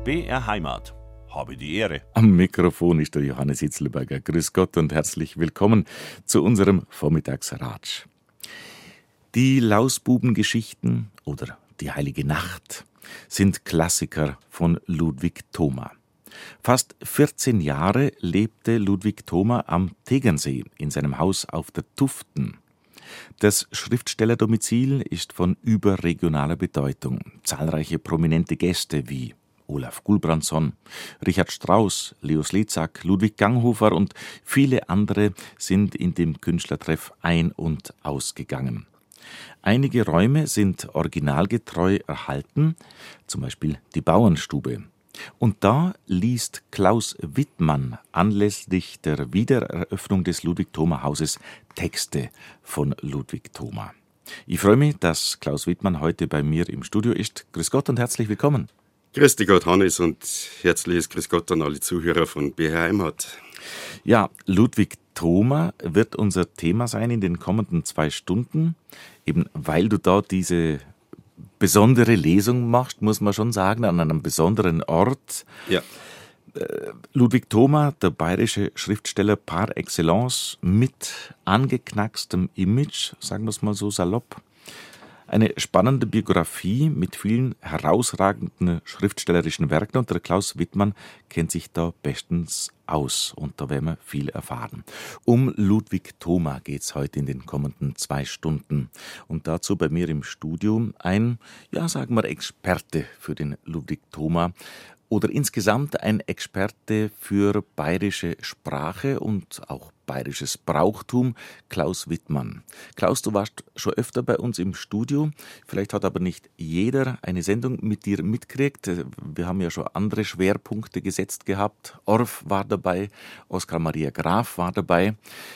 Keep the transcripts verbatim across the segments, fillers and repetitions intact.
B R Heimat. Habe die Ehre. Am Mikrofon ist der Johannes Hitzlberger. Grüß Gott und herzlich willkommen zu unserem Vormittagsratsch. Die Lausbubengeschichten oder Die Heilige Nacht sind Klassiker von Ludwig Thoma. Fast vierzehn Jahre lebte Ludwig Thoma am Tegernsee in seinem Haus auf der Tuften. Das Schriftstellerdomizil ist von überregionaler Bedeutung. Zahlreiche prominente Gäste wie Olaf Gulbrandsson, Richard Strauss, Leo Slezak, Ludwig Ganghofer und viele andere sind in dem Künstlertreff ein- und ausgegangen. Einige Räume sind originalgetreu erhalten, zum Beispiel die Bauernstube. Und da liest Klaus Wittmann anlässlich der Wiedereröffnung des Ludwig-Thoma-Hauses Texte von Ludwig Thoma. Ich freue mich, dass Klaus Wittmann heute bei mir im Studio ist. Grüß Gott und herzlich willkommen. Grüß dich Gott, Hannes, und herzliches Grüß Gott an alle Zuhörer von B R Heimat. Ja, Ludwig Thoma wird unser Thema sein in den kommenden zwei Stunden. Eben weil du da diese besondere Lesung machst, muss man schon sagen, an einem besonderen Ort. Ja. Ludwig Thoma, der bayerische Schriftsteller par excellence, mit angeknackstem Image, sagen wir es mal so salopp. Eine spannende Biografie mit vielen herausragenden schriftstellerischen Werken und der Klaus Wittmann kennt sich da bestens aus und da werden wir viel erfahren. Um Ludwig Thoma geht's heute in den kommenden zwei Stunden und dazu bei mir im Studio ein, ja sagen wir Experte für den Ludwig Thoma oder insgesamt ein Experte für bayerische Sprache und auch bayerisches Brauchtum, Klaus Wittmann. Klaus, du warst schon öfter bei uns im Studio. Vielleicht hat aber nicht jeder eine Sendung mit dir mitgekriegt. Wir haben ja schon andere Schwerpunkte gesetzt gehabt. Orff war dabei, Oskar Maria Graf war dabei.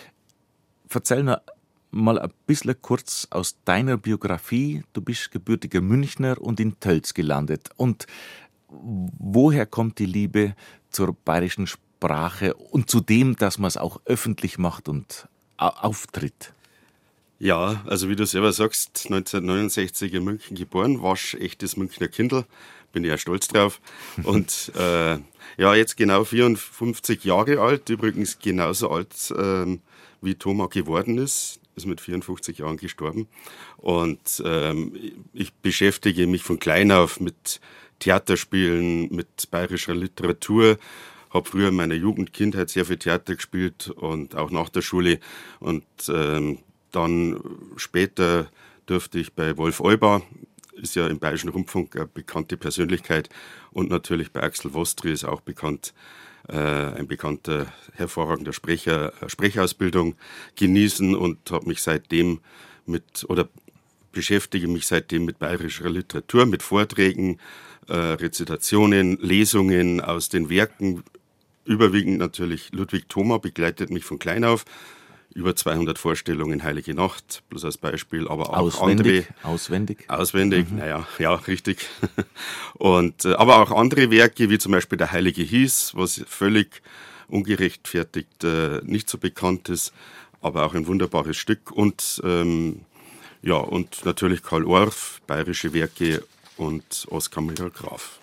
Erzähl nur mal ein bisschen kurz aus deiner Biografie. Du bist gebürtiger Münchner und in Tölz gelandet. Und woher kommt die Liebe zur bayerischen Sprache und zu dem, dass man es auch öffentlich macht und auftritt? Ja, also wie du selber sagst, neunzehnhundertneunundsechzig in München geboren, warst echtes Münchner Kindl, bin ich ja stolz drauf. Und äh, ja, jetzt genau vierundfünfzig Jahre alt, übrigens genauso alt ähm, wie Thoma geworden ist. Ist mit vierundfünfzig Jahren gestorben. Und ähm, ich beschäftige mich von klein auf mit Theaterspielen, mit bayerischer Literatur. Habe früher in meiner Jugend, Kindheit sehr viel Theater gespielt und auch nach der Schule. Und ähm, dann später durfte ich bei Wolf Olba, ist ja im Bayerischen Rundfunk eine bekannte Persönlichkeit, und natürlich bei Axel Vostri ist auch bekannt, äh, ein bekannter, hervorragender Sprecher, Sprechausbildung genießen und habe mich seitdem mit, oder beschäftige mich seitdem mit bayerischer Literatur, mit Vorträgen, äh, Rezitationen, Lesungen aus den Werken. Überwiegend natürlich Ludwig Thoma begleitet mich von klein auf. Über zweihundert Vorstellungen, Heilige Nacht, bloß als Beispiel, aber auch auswendig, andere. Auswendig? Auswendig, mhm. naja, ja, richtig. Und, äh, aber auch andere Werke, wie zum Beispiel Der Heilige Hies, was völlig ungerechtfertigt äh, nicht so bekannt ist, aber auch ein wunderbares Stück. Und ähm, ja, und natürlich Karl Orff, bayerische Werke, und Oskar Maria Graf.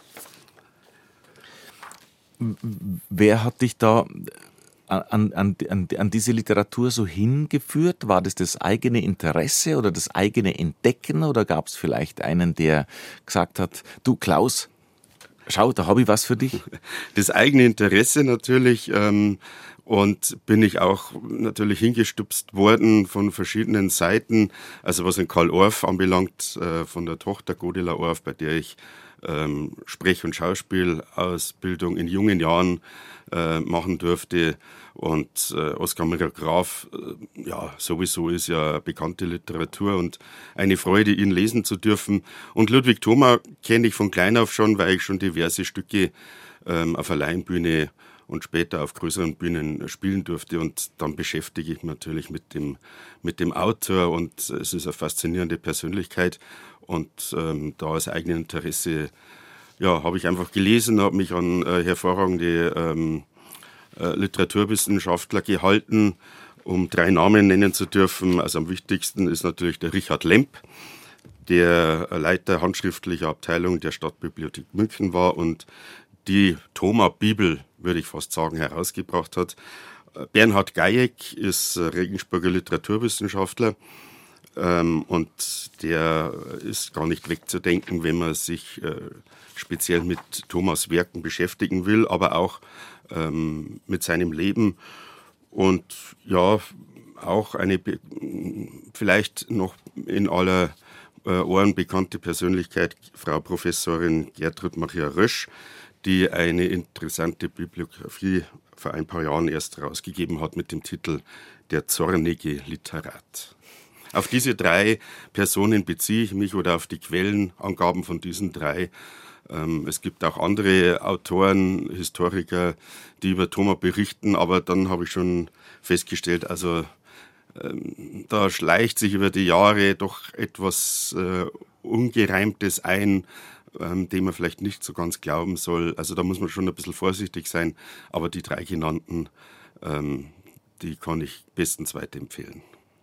Wer hat dich da an, an, an, an diese Literatur so hingeführt? War das das eigene Interesse oder das eigene Entdecken? Oder gab es vielleicht einen, der gesagt hat, du Klaus, schau, da habe ich was für dich? Das eigene Interesse natürlich. Ähm, Und bin ich auch natürlich hingestupst worden von verschiedenen Seiten. Also was den Karl Orff anbelangt, äh, von der Tochter Godela Orff, bei der ich ähm, Sprech- und Schauspielausbildung in jungen Jahren äh, machen durfte. Und äh, Oskar Maria Graf, äh, ja, sowieso ist ja bekannte Literatur und eine Freude, ihn lesen zu dürfen. Und Ludwig Thoma kenne ich von klein auf schon, weil ich schon diverse Stücke ähm, auf einer Laienbühne und später auf größeren Bühnen spielen durfte. Und dann beschäftige ich mich natürlich mit dem, mit dem Autor, und es ist eine faszinierende Persönlichkeit. Und ähm, da aus eigenem Interesse, ja, habe ich einfach gelesen, habe mich an äh, hervorragende ähm, äh, Literaturwissenschaftler gehalten, um drei Namen nennen zu dürfen. Also am wichtigsten ist natürlich der Richard Lemp, der Leiter handschriftlicher Abteilung der Stadtbibliothek München war und die Thoma-Bibel, würde ich fast sagen, herausgebracht hat. Bernhard Gajek ist Regensburger Literaturwissenschaftler ähm, und der ist gar nicht wegzudenken, wenn man sich äh, speziell mit Thomas' Werken beschäftigen will, aber auch ähm, mit seinem Leben und ja, auch eine be- vielleicht noch in aller äh, Ohren bekannte Persönlichkeit, Frau Professorin Gertrud Maria Rösch, die eine interessante Bibliografie vor ein paar Jahren erst rausgegeben hat mit dem Titel Der zornige Literat. Auf diese drei Personen beziehe ich mich oder auf die Quellenangaben von diesen drei. Ähm, es gibt auch andere Autoren, Historiker, die über Thoma berichten, aber dann habe ich schon festgestellt, also ähm, da schleicht sich über die Jahre doch etwas äh, Ungereimtes ein, ähm, dem man vielleicht nicht so ganz glauben soll. Also da muss man schon ein bisschen vorsichtig sein, aber die drei genannten, ähm, die kann ich bestens weiterempfehlen.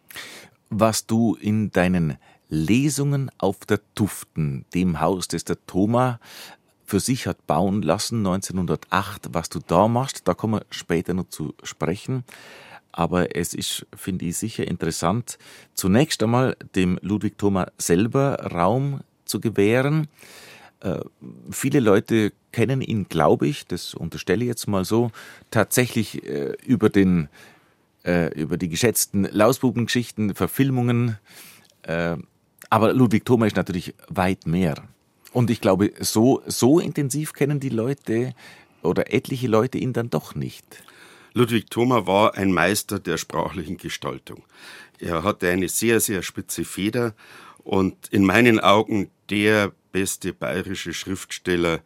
Was du in deinen Lesungen auf der Tuften, dem Haus, das der Thoma für sich hat bauen lassen, neunzehnhundertacht, was du da machst, da kommen wir später noch zu sprechen. Aber es ist, finde ich, sicher interessant, zunächst einmal dem Ludwig Thoma selber Raum zu gewähren. Äh, viele Leute kennen ihn, glaube ich, das unterstelle ich jetzt mal so, tatsächlich äh, über den äh, über die geschätzten Lausbubengeschichten, Verfilmungen. Äh, aber Ludwig Thoma ist natürlich weit mehr. Und ich glaube, so, so intensiv kennen die Leute oder etliche Leute ihn dann doch nicht. Ludwig Thoma war ein Meister der sprachlichen Gestaltung. Er hatte eine sehr, sehr spitze Feder und in meinen Augen der beste bayerische Schriftsteller,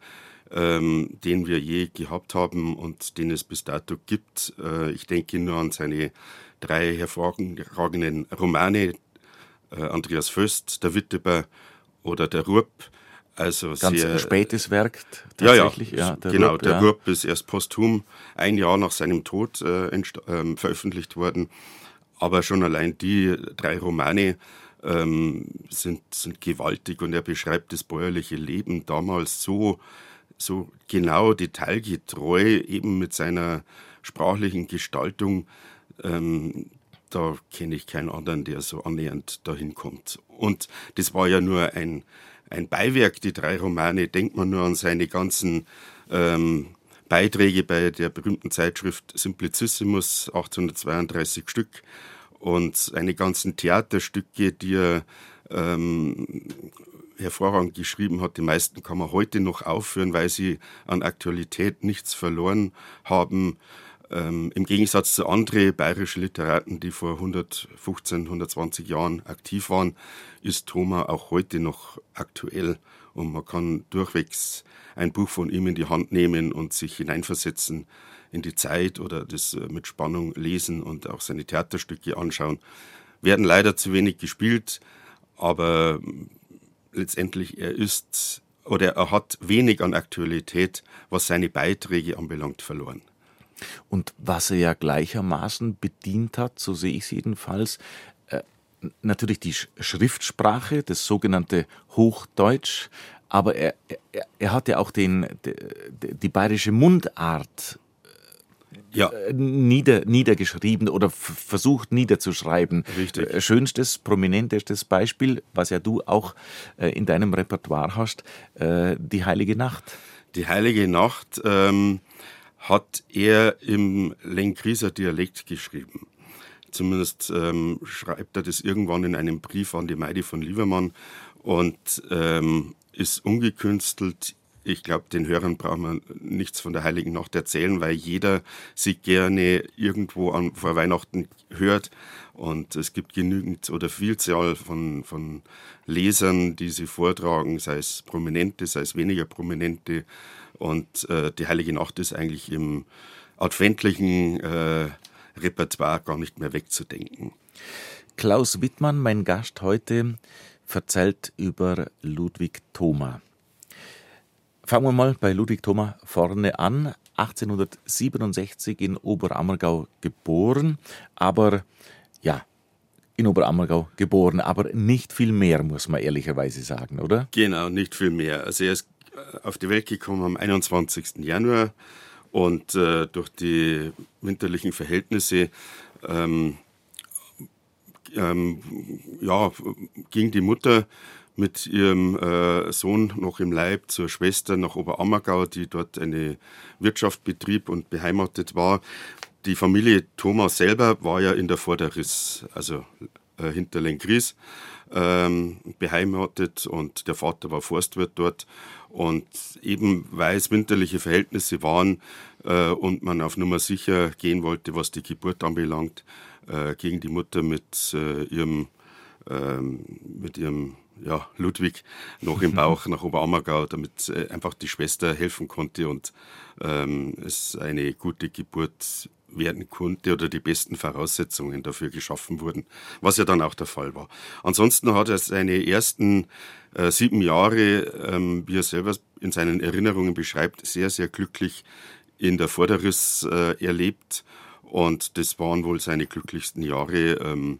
ähm, den wir je gehabt haben und den es bis dato gibt. Äh, ich denke nur an seine drei hervorragenden Romane, äh, Andreas Föst, der Witteber oder der Rupp. Also Ganz sehr spätes Werk tatsächlich. Ja, ja, ja der genau. Rupp, der ja. Rupp ist erst posthum, ein Jahr nach seinem Tod äh, entst- ähm, veröffentlicht worden. Aber schon allein die drei Romane ähm, sind, sind gewaltig und er beschreibt das bäuerliche Leben damals so, so genau detailgetreu, eben mit seiner sprachlichen Gestaltung. Ähm, da kenne ich keinen anderen, der so annähernd dahin kommt. Und das war ja nur ein Ein Beiwerk, die drei Romane, denkt man nur an seine ganzen ähm, Beiträge bei der berühmten Zeitschrift Simplicissimus, achtzehnhundertzweiunddreißig Stück, und seine ganzen Theaterstücke, die er ähm, hervorragend geschrieben hat. Die meisten kann man heute noch aufführen, weil sie an Aktualität nichts verloren haben. Ähm, Im Gegensatz zu anderen bayerischen Literaten, die vor hundertfünfzehn, hundertzwanzig Jahren aktiv waren, ist Thoma auch heute noch aktuell. Und man kann durchwegs ein Buch von ihm in die Hand nehmen und sich hineinversetzen in die Zeit oder das mit Spannung lesen und auch seine Theaterstücke anschauen. Werden leider zu wenig gespielt, aber letztendlich er ist oder er hat wenig an Aktualität, was seine Beiträge anbelangt, verloren. Und was er ja gleichermaßen bedient hat, so sehe ich es jedenfalls, äh, natürlich die Sch- Schriftsprache, das sogenannte Hochdeutsch, aber er, er, er hat ja auch den, de, de, die bayerische Mundart Ja, äh, nieder, niedergeschrieben oder f- versucht niederzuschreiben. Richtig. Äh, Schönstes, prominentestes Beispiel, was ja du auch äh, in deinem Repertoire hast, äh, die Heilige Nacht. die Heilige Nacht ähm, hat er im Lenkrieser Dialekt geschrieben. Zumindest ähm, schreibt er das irgendwann in einem Brief an die Meide von Liebermann und ähm, ist ungekünstelt. Ich glaube, den Hörern braucht man nichts von der Heiligen Nacht erzählen, weil jeder sie gerne irgendwo an, vor Weihnachten hört. Und es gibt genügend oder Vielzahl von, von Lesern, die sie vortragen, sei es Prominente, sei es weniger Prominente. Und äh, die Heilige Nacht ist eigentlich im adventlichen äh, Repertoire gar nicht mehr wegzudenken. Klaus Wittmann, mein Gast heute, erzählt über Ludwig Thoma. Fangen wir mal bei Ludwig Thoma vorne an. achtzehnhundertsiebenundsechzig in Oberammergau geboren, aber ja, in Oberammergau geboren, aber nicht viel mehr, muss man ehrlicherweise sagen, oder? Genau, nicht viel mehr. Also er ist auf die Welt gekommen am einundzwanzigsten Januar und äh, durch die winterlichen Verhältnisse ähm, ähm, ja, ging die Mutter mit ihrem äh, Sohn noch im Leib zur Schwester nach Oberammergau, die dort eine Wirtschaft betrieb und beheimatet war. Die Familie Thoma selber war ja in der Vorderriss, also äh, hinter Lenggries, ähm, beheimatet, und der Vater war Forstwirt dort. Und eben weil es winterliche Verhältnisse waren äh, und man auf Nummer sicher gehen wollte, was die Geburt anbelangt, äh, ging die Mutter mit äh, ihrem ähm, mit ihrem ja, Ludwig noch im Bauch nach Oberammergau, damit äh, einfach die Schwester helfen konnte und ähm, es eine gute Geburt werden konnte oder die besten Voraussetzungen dafür geschaffen wurden, was ja dann auch der Fall war. Ansonsten hat er seine ersten äh, sieben Jahre, ähm, wie er selber in seinen Erinnerungen beschreibt, sehr, sehr glücklich in der Vorderriss äh, erlebt, und das waren wohl seine glücklichsten Jahre, ähm,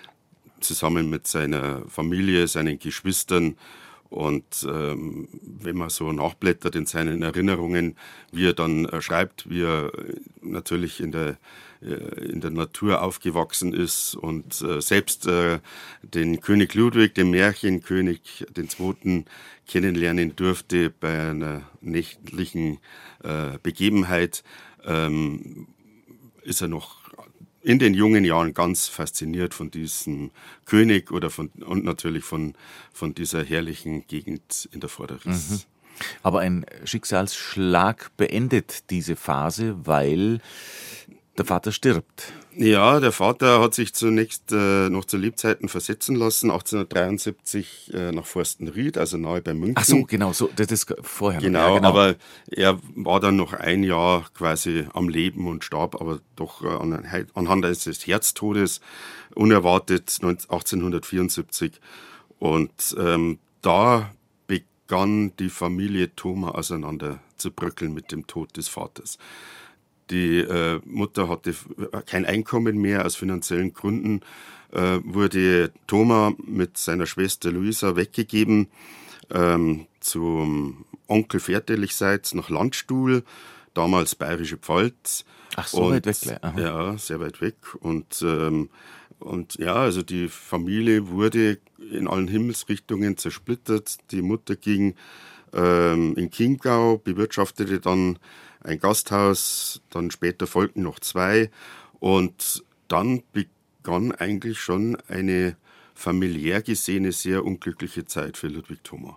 zusammen mit seiner Familie, seinen Geschwistern. Und ähm, wenn man so nachblättert in seinen Erinnerungen, wie er dann äh, schreibt, wie er natürlich in der, äh, in der Natur aufgewachsen ist und äh, selbst äh, den König Ludwig, den Märchenkönig, den Zweiten, kennenlernen durfte bei einer nächtlichen äh, Begebenheit, ähm, ist er noch in den jungen Jahren ganz fasziniert von diesem König oder von, und natürlich von, von dieser herrlichen Gegend in der Vorderriss. Mhm. Aber ein Schicksalsschlag beendet diese Phase, weil der Vater stirbt. Ja, der Vater hat sich zunächst äh, noch zu Lebzeiten versetzen lassen, achtzehnhundertdreiundsiebzig äh, nach Forstenried, also nahe bei München. Ach so, genau, so, das ist vorher. Genau, ja, genau, aber er war dann noch ein Jahr quasi am Leben und starb aber doch äh, an, anhand eines Herztodes unerwartet achtzehnhundertvierundsiebzig. Und ähm, da begann die Familie Thoma auseinander zu bröckeln mit dem Tod des Vaters. Die äh, Mutter hatte kein Einkommen mehr aus finanziellen Gründen, äh, wurde Thoma mit seiner Schwester Luisa weggegeben ähm, zum Onkel väterlichseits nach Landstuhl, damals Bayerische Pfalz. Ach, so und, weit weg gleich. Aha. Ja, sehr weit weg. Und, ähm, und ja, also die Familie wurde in allen Himmelsrichtungen zersplittert. Die Mutter ging ähm, in Chiemgau, bewirtschaftete dann ein Gasthaus, dann später folgten noch zwei, und dann begann eigentlich schon eine familiär gesehene sehr unglückliche Zeit für Ludwig Thoma.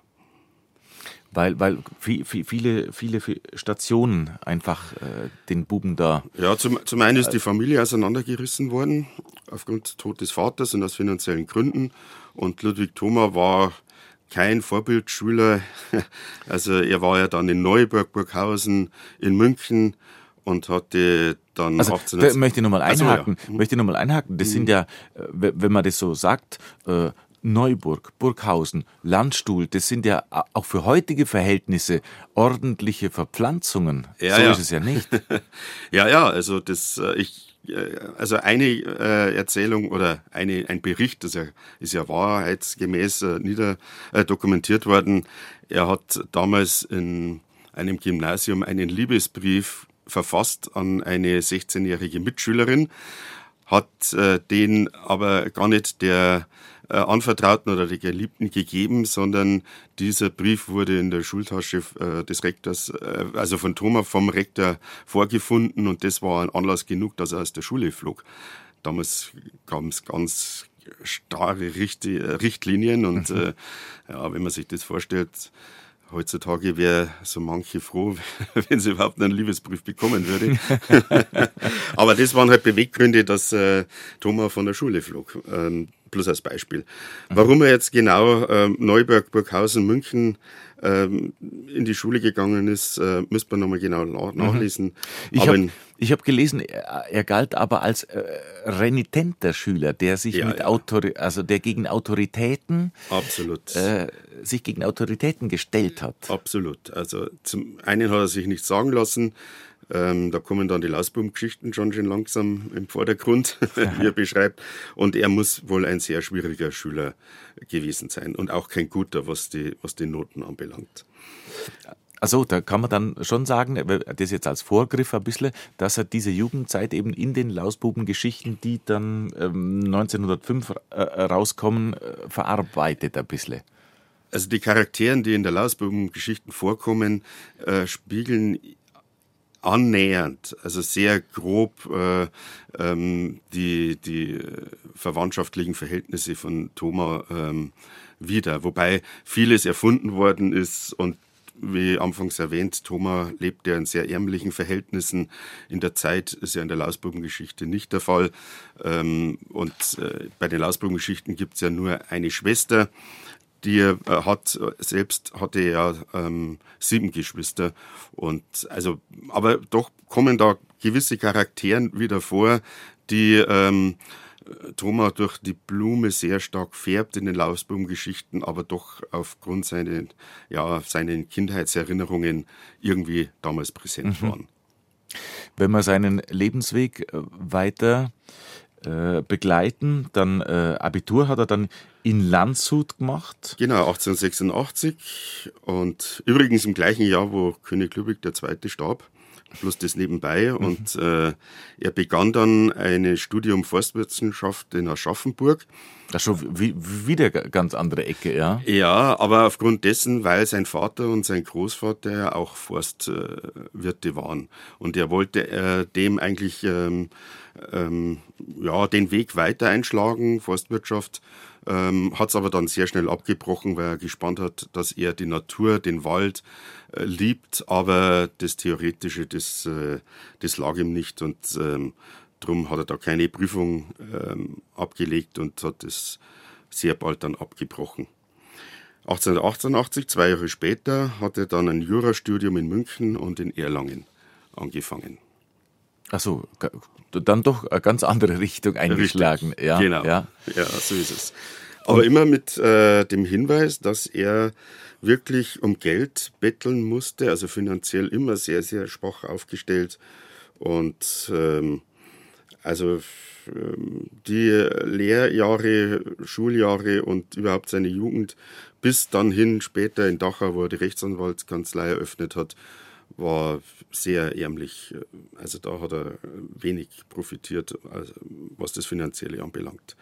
Weil, weil viel, viel, viele, viele Stationen einfach äh, den Buben da... Ja, zum, zum einen ist die Familie auseinandergerissen worden, aufgrund des Todes des Vaters und aus finanziellen Gründen, und Ludwig Thoma war kein Vorbildschüler. Also er war ja dann in Neuburg, Burghausen, in München und hatte dann also, achtzehnhundert... Da möchte ich nochmal einhaken. So, ja. möchte nochmal einhaken. Das mhm. sind ja, wenn man das so sagt, äh, Neuburg, Burghausen, Landstuhl, das sind ja auch für heutige Verhältnisse ordentliche Verpflanzungen. Ja, so ja. ist es ja nicht. ja, ja, also das, ich, also eine äh, Erzählung oder eine, ein Bericht, das ja, ist ja wahrheitsgemäß äh, nieder äh, dokumentiert worden. Er hat damals in einem Gymnasium einen Liebesbrief verfasst an eine sechzehnjährige Mitschülerin, hat äh, den aber gar nicht der äh, Anvertrauten oder der Geliebten gegeben, sondern dieser Brief wurde in der Schultasche äh, des Rektors, äh, also von Thoma vom Rektor vorgefunden, und das war ein Anlass genug, dass er aus der Schule flog. Damals gab es ganz starre Richt- Richtlinien und mhm. äh, ja, wenn man sich das vorstellt, heutzutage wäre so manche froh, wenn sie überhaupt einen Liebesbrief bekommen würde. Aber das waren halt Beweggründe, dass äh, Thoma von der Schule flog. Ähm, bloß als Beispiel. Warum er jetzt genau ähm, Neuburg, Burghausen, München ähm, in die Schule gegangen ist, äh, müsste man nochmal genau na- nachlesen. Ich aber habe hab gelesen, er, er galt aber als äh, renitenter Schüler, der sich Ja, mit ja. Autori- also der gegen Autoritäten absolut. äh, sich gegen Autoritäten gestellt hat. Absolut. Also zum einen hat er sich nicht sagen lassen, Ähm, da kommen dann die Lausbubengeschichten schon schon langsam im Vordergrund, wie er beschreibt. Und er muss wohl ein sehr schwieriger Schüler gewesen sein und auch kein guter, was die, was die Noten anbelangt. Also da kann man dann schon sagen, das jetzt als Vorgriff ein bisschen, dass er diese Jugendzeit eben in den Lausbubengeschichten, die dann ähm, neunzehnhundertfünf äh, rauskommen, äh, verarbeitet ein bisschen. Also die Charakteren, die in der Lausbubengeschichten vorkommen, äh, spiegeln annähernd, also sehr grob äh, ähm, die, die verwandtschaftlichen Verhältnisse von Thoma ähm, wider. Wobei vieles erfunden worden ist und wie anfangs erwähnt, Thoma lebt ja in sehr ärmlichen Verhältnissen. In der Zeit ist ja in der Lausbubengeschichte nicht der Fall. Ähm, und äh, bei den Lausbubengeschichten gibt es ja nur eine Schwester. Die äh, hat, selbst hatte ja ähm, sieben Geschwister. Und also, aber doch kommen da gewisse Charakteren wieder vor, die ähm, Thoma durch die Blume sehr stark färbt in den Lausbubengeschichten, aber doch aufgrund seiner, ja, seinen Kindheitserinnerungen irgendwie damals präsent mhm. waren. Wenn wir seinen Lebensweg weiter äh, begleiten, dann äh, Abitur hat er dann in Landshut gemacht. Genau, achtzehnhundertsechsundachtzig und übrigens im gleichen Jahr, wo König Ludwig der Zweite starb. Plus das nebenbei. Mhm. Und äh, er begann dann ein Studium Forstwissenschaft in Aschaffenburg. Das ist schon wie, wieder ganz andere Ecke, ja? Ja, aber aufgrund dessen, weil sein Vater und sein Großvater ja auch Forstwirte äh, waren. Und er wollte äh, dem eigentlich ähm, ähm, ja, den Weg weiter einschlagen, Forstwirtschaft. Ähm, hat es aber dann sehr schnell abgebrochen, weil er gespannt hat, dass er die Natur, den Wald äh, liebt, aber das Theoretische, das, äh, das lag ihm nicht und ähm, darum hat er da keine Prüfung ähm, abgelegt und hat es sehr bald dann abgebrochen. achtzehnhundertachtundachtzig, zwei Jahre später, hat er dann ein Jurastudium in München und in Erlangen angefangen. Ach so, dann doch eine ganz andere Richtung eingeschlagen. Richtig, ja, genau, ja. ja, so ist es. Aber und immer mit äh, dem Hinweis, dass er wirklich um Geld betteln musste, also finanziell immer sehr, sehr schwach aufgestellt. Und ähm, also ähm, die Lehrjahre, Schuljahre und überhaupt seine Jugend, bis dann hin später in Dachau, wo er die Rechtsanwaltskanzlei eröffnet hat, war sehr ärmlich. Also da hat er wenig profitiert, was das Finanzielle anbelangt.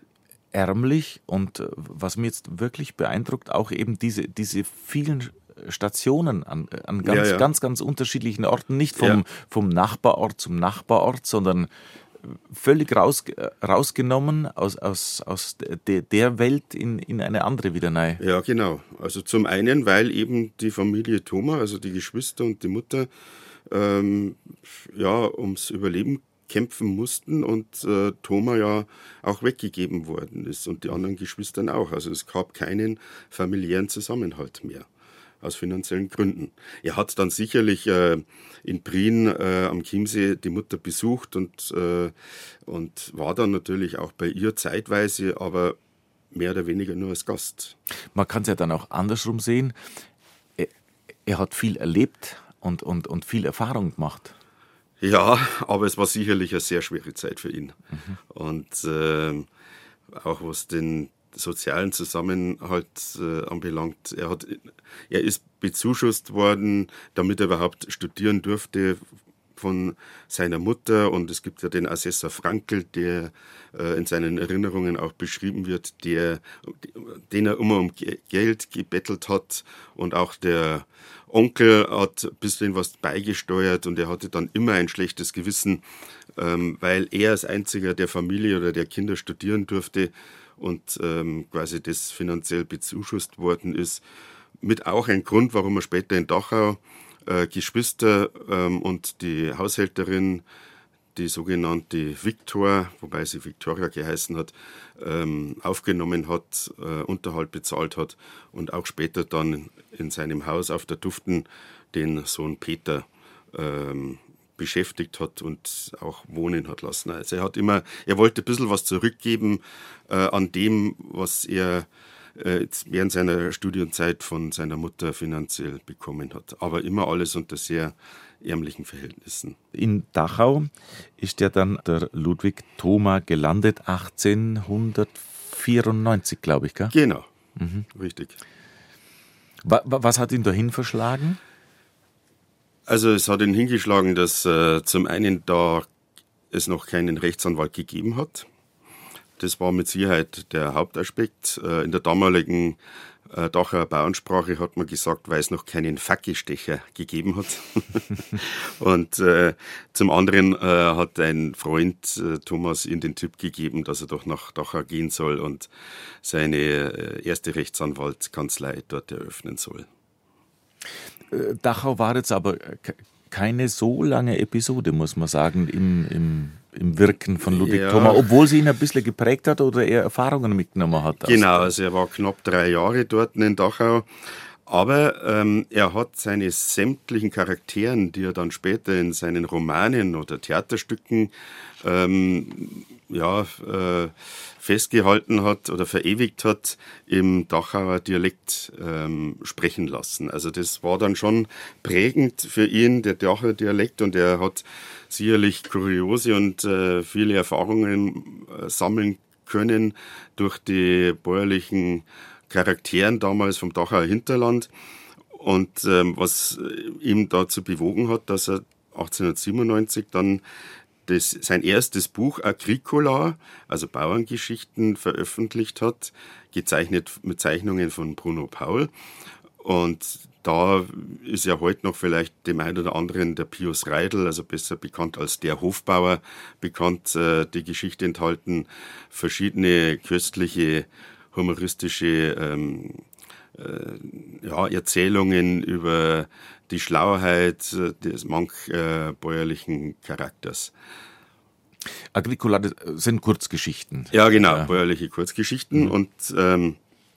Ärmlich und was mich jetzt wirklich beeindruckt, auch eben diese, diese vielen Stationen an, an ganz, ja, ja. ganz, ganz unterschiedlichen Orten, nicht vom, ja. vom Nachbarort zum Nachbarort, sondern völlig raus, rausgenommen aus, aus, aus de, der Welt in, in eine andere wieder rein. Ja, genau. Also zum einen, weil eben die Familie Thoma, also die Geschwister und die Mutter, ähm, ja, ums Überleben kämpfen mussten und äh, Thoma ja auch weggegeben worden ist und die anderen Geschwistern auch. Also es gab keinen familiären Zusammenhalt mehr. Aus finanziellen Gründen. Er hat dann sicherlich äh, in Prien äh, am Chiemsee die Mutter besucht und, äh, und war dann natürlich auch bei ihr zeitweise, aber mehr oder weniger nur als Gast. Man kann es ja dann auch andersrum sehen. Er, er hat viel erlebt und, und, und viel Erfahrung gemacht. Ja, aber es war sicherlich eine sehr schwere Zeit für ihn. Mhm. Und äh, auch was den sozialen Zusammenhalt äh, anbelangt. Er, hat, er ist bezuschusst worden, damit er überhaupt studieren durfte von seiner Mutter. Und es gibt ja den Assessor Frankl, der äh, in seinen Erinnerungen auch beschrieben wird, der, den er immer um Geld gebettelt hat. Und auch der Onkel hat ein bisschen was beigesteuert und er hatte dann immer ein schlechtes Gewissen, ähm, weil er als einziger der Familie oder der Kinder studieren durfte und ähm, quasi das finanziell bezuschusst worden ist. Mit auch ein Grund, warum er später in Dachau äh, Geschwister ähm, und die Haushälterin, die sogenannte Viktor, wobei sie Victoria geheißen hat, ähm, aufgenommen hat, äh, Unterhalt bezahlt hat und auch später dann in seinem Haus auf der Duften den Sohn Peter ähm, beschäftigt hat und auch wohnen hat lassen. Also er hat immer, er wollte ein bisschen was zurückgeben äh, an dem, was er äh, während seiner Studienzeit von seiner Mutter finanziell bekommen hat. Aber immer alles unter sehr ärmlichen Verhältnissen. In Dachau ist ja dann der Ludwig Thoma gelandet, achtzehnhundertvierundneunzig, glaube ich, gell? Genau, mhm. Richtig. Wa- Was hat ihn dahin verschlagen? Also es hat ihn hingeschlagen, dass äh, zum einen da es noch keinen Rechtsanwalt gegeben hat. Das war mit Sicherheit der Hauptaspekt. Äh, in der damaligen äh, Dachauer Bauernsprache hat man gesagt, weil es noch keinen Fackestecher gegeben hat. Und äh, zum anderen äh, hat ein Freund äh, Thomas ihm den Tipp gegeben, dass er doch nach Dachau gehen soll und seine äh, erste Rechtsanwaltskanzlei dort eröffnen soll. Dachau war jetzt aber keine so lange Episode, muss man sagen, im, im, im Wirken von Ludwig Ja. Thoma, obwohl sie ihn ein bisschen geprägt hat oder er Erfahrungen mitgenommen hat. Genau, also er war knapp drei Jahre dort in Dachau. Aber ähm, er hat seine sämtlichen Charakteren, die er dann später in seinen Romanen oder Theaterstücken ähm, ja, äh, festgehalten hat oder verewigt hat, im Dachauer Dialekt ähm, sprechen lassen. Also das war dann schon prägend für ihn, der Dachauer Dialekt, und er hat sicherlich kuriose und äh, viele Erfahrungen äh, sammeln können durch die bäuerlichen Charakteren damals vom Dachauer Hinterland, und ähm, was ihm dazu bewogen hat, dass er achtzehnhundertsiebenundneunzig dann das, sein erstes Buch Agricola, also Bauerngeschichten, veröffentlicht hat, gezeichnet mit Zeichnungen von Bruno Paul. Und da ist ja heute noch vielleicht dem einen oder anderen der Pius Reidl, also besser bekannt als der Hofbauer, bekannt, äh, die Geschichte enthalten, verschiedene köstliche humoristische ähm, äh, ja, Erzählungen über die Schlauheit äh, des manch äh, bäuerlichen Charakters. Agricola sind Kurzgeschichten. Ja, genau, Ja. bäuerliche Kurzgeschichten, mhm. und ähm,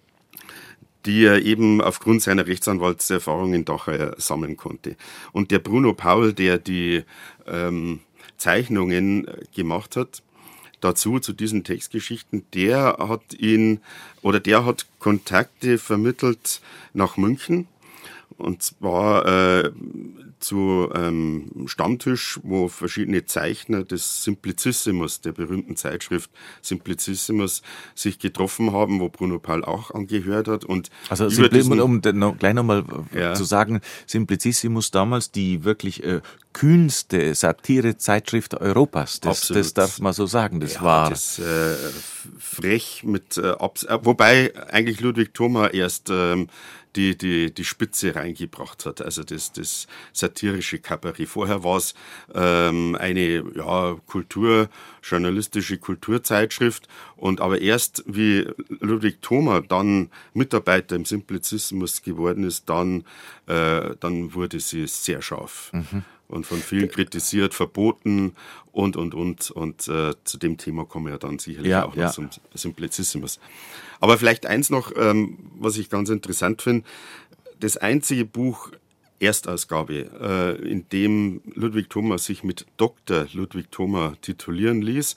die er eben aufgrund seiner Rechtsanwaltserfahrung in Dachau sammeln konnte. Und der Bruno Paul, der die ähm, Zeichnungen gemacht hat, dazu, zu diesen Textgeschichten, der hat ihn, oder der hat Kontakte vermittelt nach München, und zwar äh, zu einem ähm, Stammtisch, wo verschiedene Zeichner des Simplicissimus, der berühmten Zeitschrift Simplicissimus, sich getroffen haben, wo Bruno Paul auch angehört hat. Und also über diesen, um noch, gleich nochmal ja. zu sagen, Simplicissimus damals die wirklich äh, kühnste Satire-Zeitschrift Europas. Das, das darf man so sagen. Das ja, war das, äh, frech mit, äh, abs- äh, wobei eigentlich Ludwig Thoma erst ähm, die, die, die Spitze reingebracht hat, also das, das satirische Kabarett. Vorher war es ähm, eine ja, Kultur, journalistische Kulturzeitschrift, und aber erst wie Ludwig Thoma dann Mitarbeiter im Simplicissimus geworden ist, dann, äh, dann wurde sie sehr scharf. Mhm. Und von vielen kritisiert, verboten und, und, und. Und äh, zu dem Thema kommen wir ja dann sicherlich ja, auch noch ja. zum Simplicissimus. Aber vielleicht eins noch, ähm, was ich ganz interessant finde. Das einzige Buch, Erstausgabe, äh, in dem Ludwig Thoma sich mit Doktor Ludwig Thoma titulieren ließ,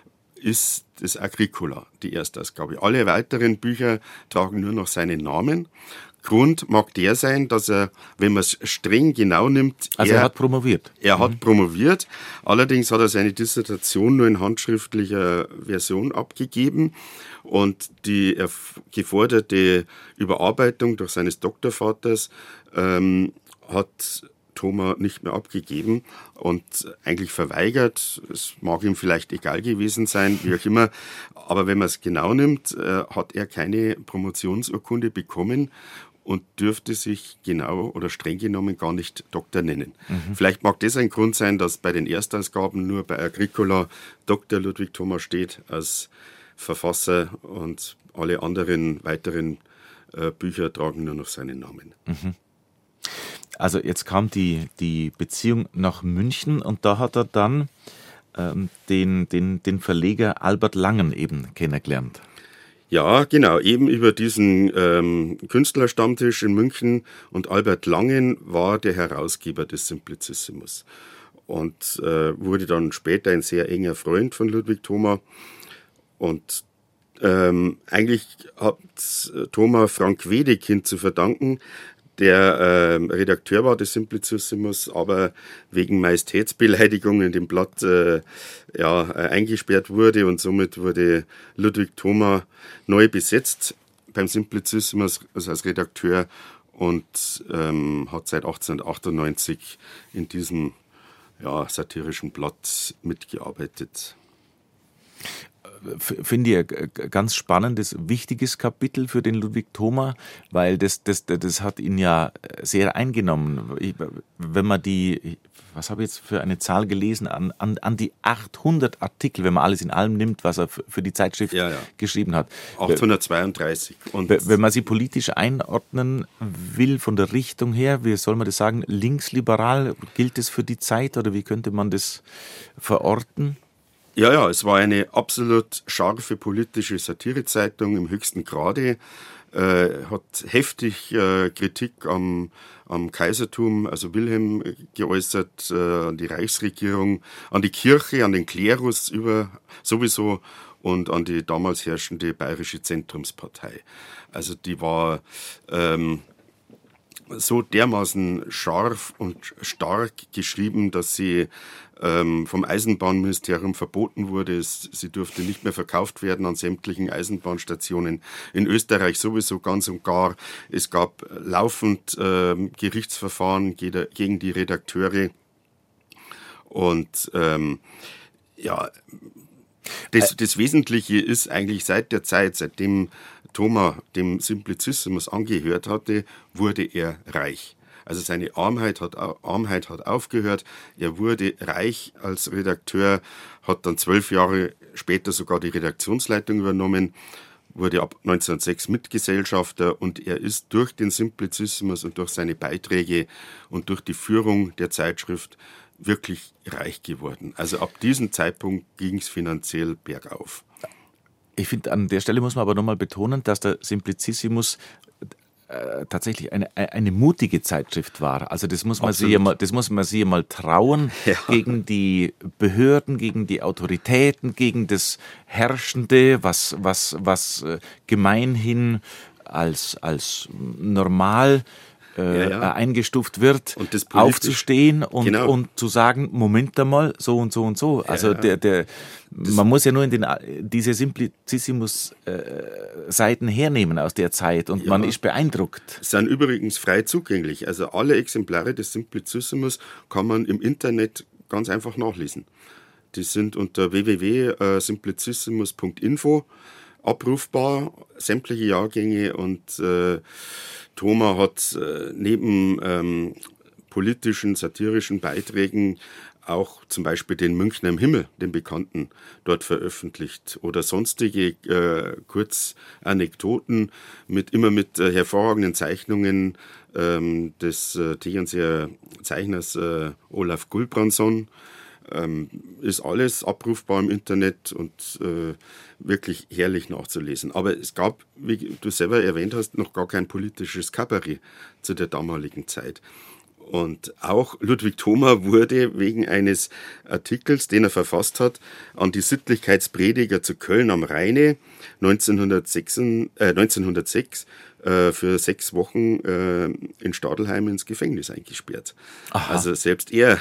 ist das Agricola, die Erstausgabe. Alle weiteren Bücher tragen nur noch seinen Namen. Grund mag der sein, dass er, wenn man es streng genau nimmt... Also er, er hat promoviert. Er hat mhm. promoviert, allerdings hat er seine Dissertation nur in handschriftlicher Version abgegeben, und die geforderte Überarbeitung durch seines Doktorvaters ähm, hat Thoma nicht mehr abgegeben und eigentlich verweigert. Es mag ihm vielleicht egal gewesen sein, wie auch immer, aber wenn man es genau nimmt, äh, hat er keine Promotionsurkunde bekommen und dürfte sich genau oder streng genommen gar nicht Doktor nennen. Mhm. Vielleicht mag das ein Grund sein, dass bei den Erstausgaben nur bei Agricola Doktor Ludwig Thoma steht als Verfasser, und alle anderen weiteren äh, Bücher tragen nur noch seinen Namen. Mhm. Also jetzt kam die, die Beziehung nach München, und da hat er dann ähm, den, den, den Verleger Albert Langen eben kennengelernt. Ja, genau, eben über diesen ähm, Künstlerstammtisch in München, und Albert Langen war der Herausgeber des Simplicissimus und äh, wurde dann später ein sehr enger Freund von Ludwig Thoma, und ähm, eigentlich hat Thoma Frank Wedekind zu verdanken, der äh, Redakteur war des Simplicissimus, aber wegen Majestätsbeleidigung in dem Blatt äh, ja, äh, eingesperrt wurde und somit wurde Ludwig Thoma neu besetzt beim Simplicissimus also als Redakteur und ähm, hat seit achtzehnhundertachtundneunzig in diesem ja, satirischen Blatt mitgearbeitet. Finde ich ein ganz spannendes, wichtiges Kapitel für den Ludwig Thoma, weil das, das, das hat ihn ja sehr eingenommen. Ich, wenn man die, was habe ich jetzt für eine Zahl gelesen, an, an, an die achthundert Artikel, wenn man alles in allem nimmt, was er für die Zeitschrift ja, ja. geschrieben hat. achthundertzweiunddreißig. Und wenn man sie politisch einordnen will, von der Richtung her, wie soll man das sagen, linksliberal, gilt es für die Zeit oder wie könnte man das verorten? Ja, ja, es war eine absolut scharfe politische Satirezeitung im höchsten Grade, äh, hat heftig äh, Kritik am, am Kaisertum, also Wilhelm, geäußert, äh, an die Reichsregierung, an die Kirche, an den Klerus über sowieso und an die damals herrschende Bayerische Zentrumspartei. Also die war ähm, so dermaßen scharf und stark geschrieben, dass sie ähm, vom Eisenbahnministerium verboten wurde. Es, sie durfte nicht mehr verkauft werden an sämtlichen Eisenbahnstationen. In Österreich sowieso ganz und gar. Es gab laufend äh, Gerichtsverfahren gegen die Redakteure. Und ähm, ja, das, das Wesentliche ist eigentlich seit der Zeit, seitdem Thoma dem Simplicissimus angehört hatte, wurde er reich. Also seine Armheit hat, Armheit hat aufgehört. Er wurde reich als Redakteur, hat dann zwölf Jahre später sogar die Redaktionsleitung übernommen, wurde ab neunzehnhundertsechs Mitgesellschafter und er ist durch den Simplicissimus und durch seine Beiträge und durch die Führung der Zeitschrift wirklich reich geworden. Also ab diesem Zeitpunkt ging es finanziell bergauf. Ich finde, an der Stelle muss man aber nochmal betonen, dass der Simplicissimus äh, tatsächlich eine, eine mutige Zeitschrift war. Also das muss man sich ja mal, das muss man sich ja mal trauen, ja. Gegen die Behörden, gegen die Autoritäten, gegen das Herrschende, was, was, was gemeinhin als, als normal Äh, ja, ja. eingestuft wird, aufzustehen und, genau. und zu sagen, Moment einmal, so und so und so. Also ja, der, der, man muss ja nur in den, diese Simplicissimus-Seiten äh, hernehmen aus der Zeit und ja. man ist beeindruckt. Sind übrigens frei zugänglich. Also alle Exemplare des Simplicissimus kann man im Internet ganz einfach nachlesen. Die sind unter w w w punkt simplicissimus punkt info abrufbar, sämtliche Jahrgänge und äh, Thoma hat äh, neben ähm, politischen, satirischen Beiträgen auch zum Beispiel den Münchner im Himmel, den Bekannten, dort veröffentlicht oder sonstige äh, Kurzanekdoten mit immer mit äh, hervorragenden Zeichnungen ähm, des äh, Tegernseer Zeichners äh, Olaf Gulbrandsson. Ähm, ist alles abrufbar im Internet und äh, wirklich herrlich nachzulesen. Aber es gab, wie du selber erwähnt hast, noch gar kein politisches Kabarett zu der damaligen Zeit. Und auch Ludwig Thoma wurde wegen eines Artikels, den er verfasst hat, an die Sittlichkeitsprediger zu Köln am Rheine neunzehnhundertsechs, äh, neunzehnhundertsechs äh, für sechs Wochen äh, in Stadelheim ins Gefängnis eingesperrt. Aha. Also selbst er,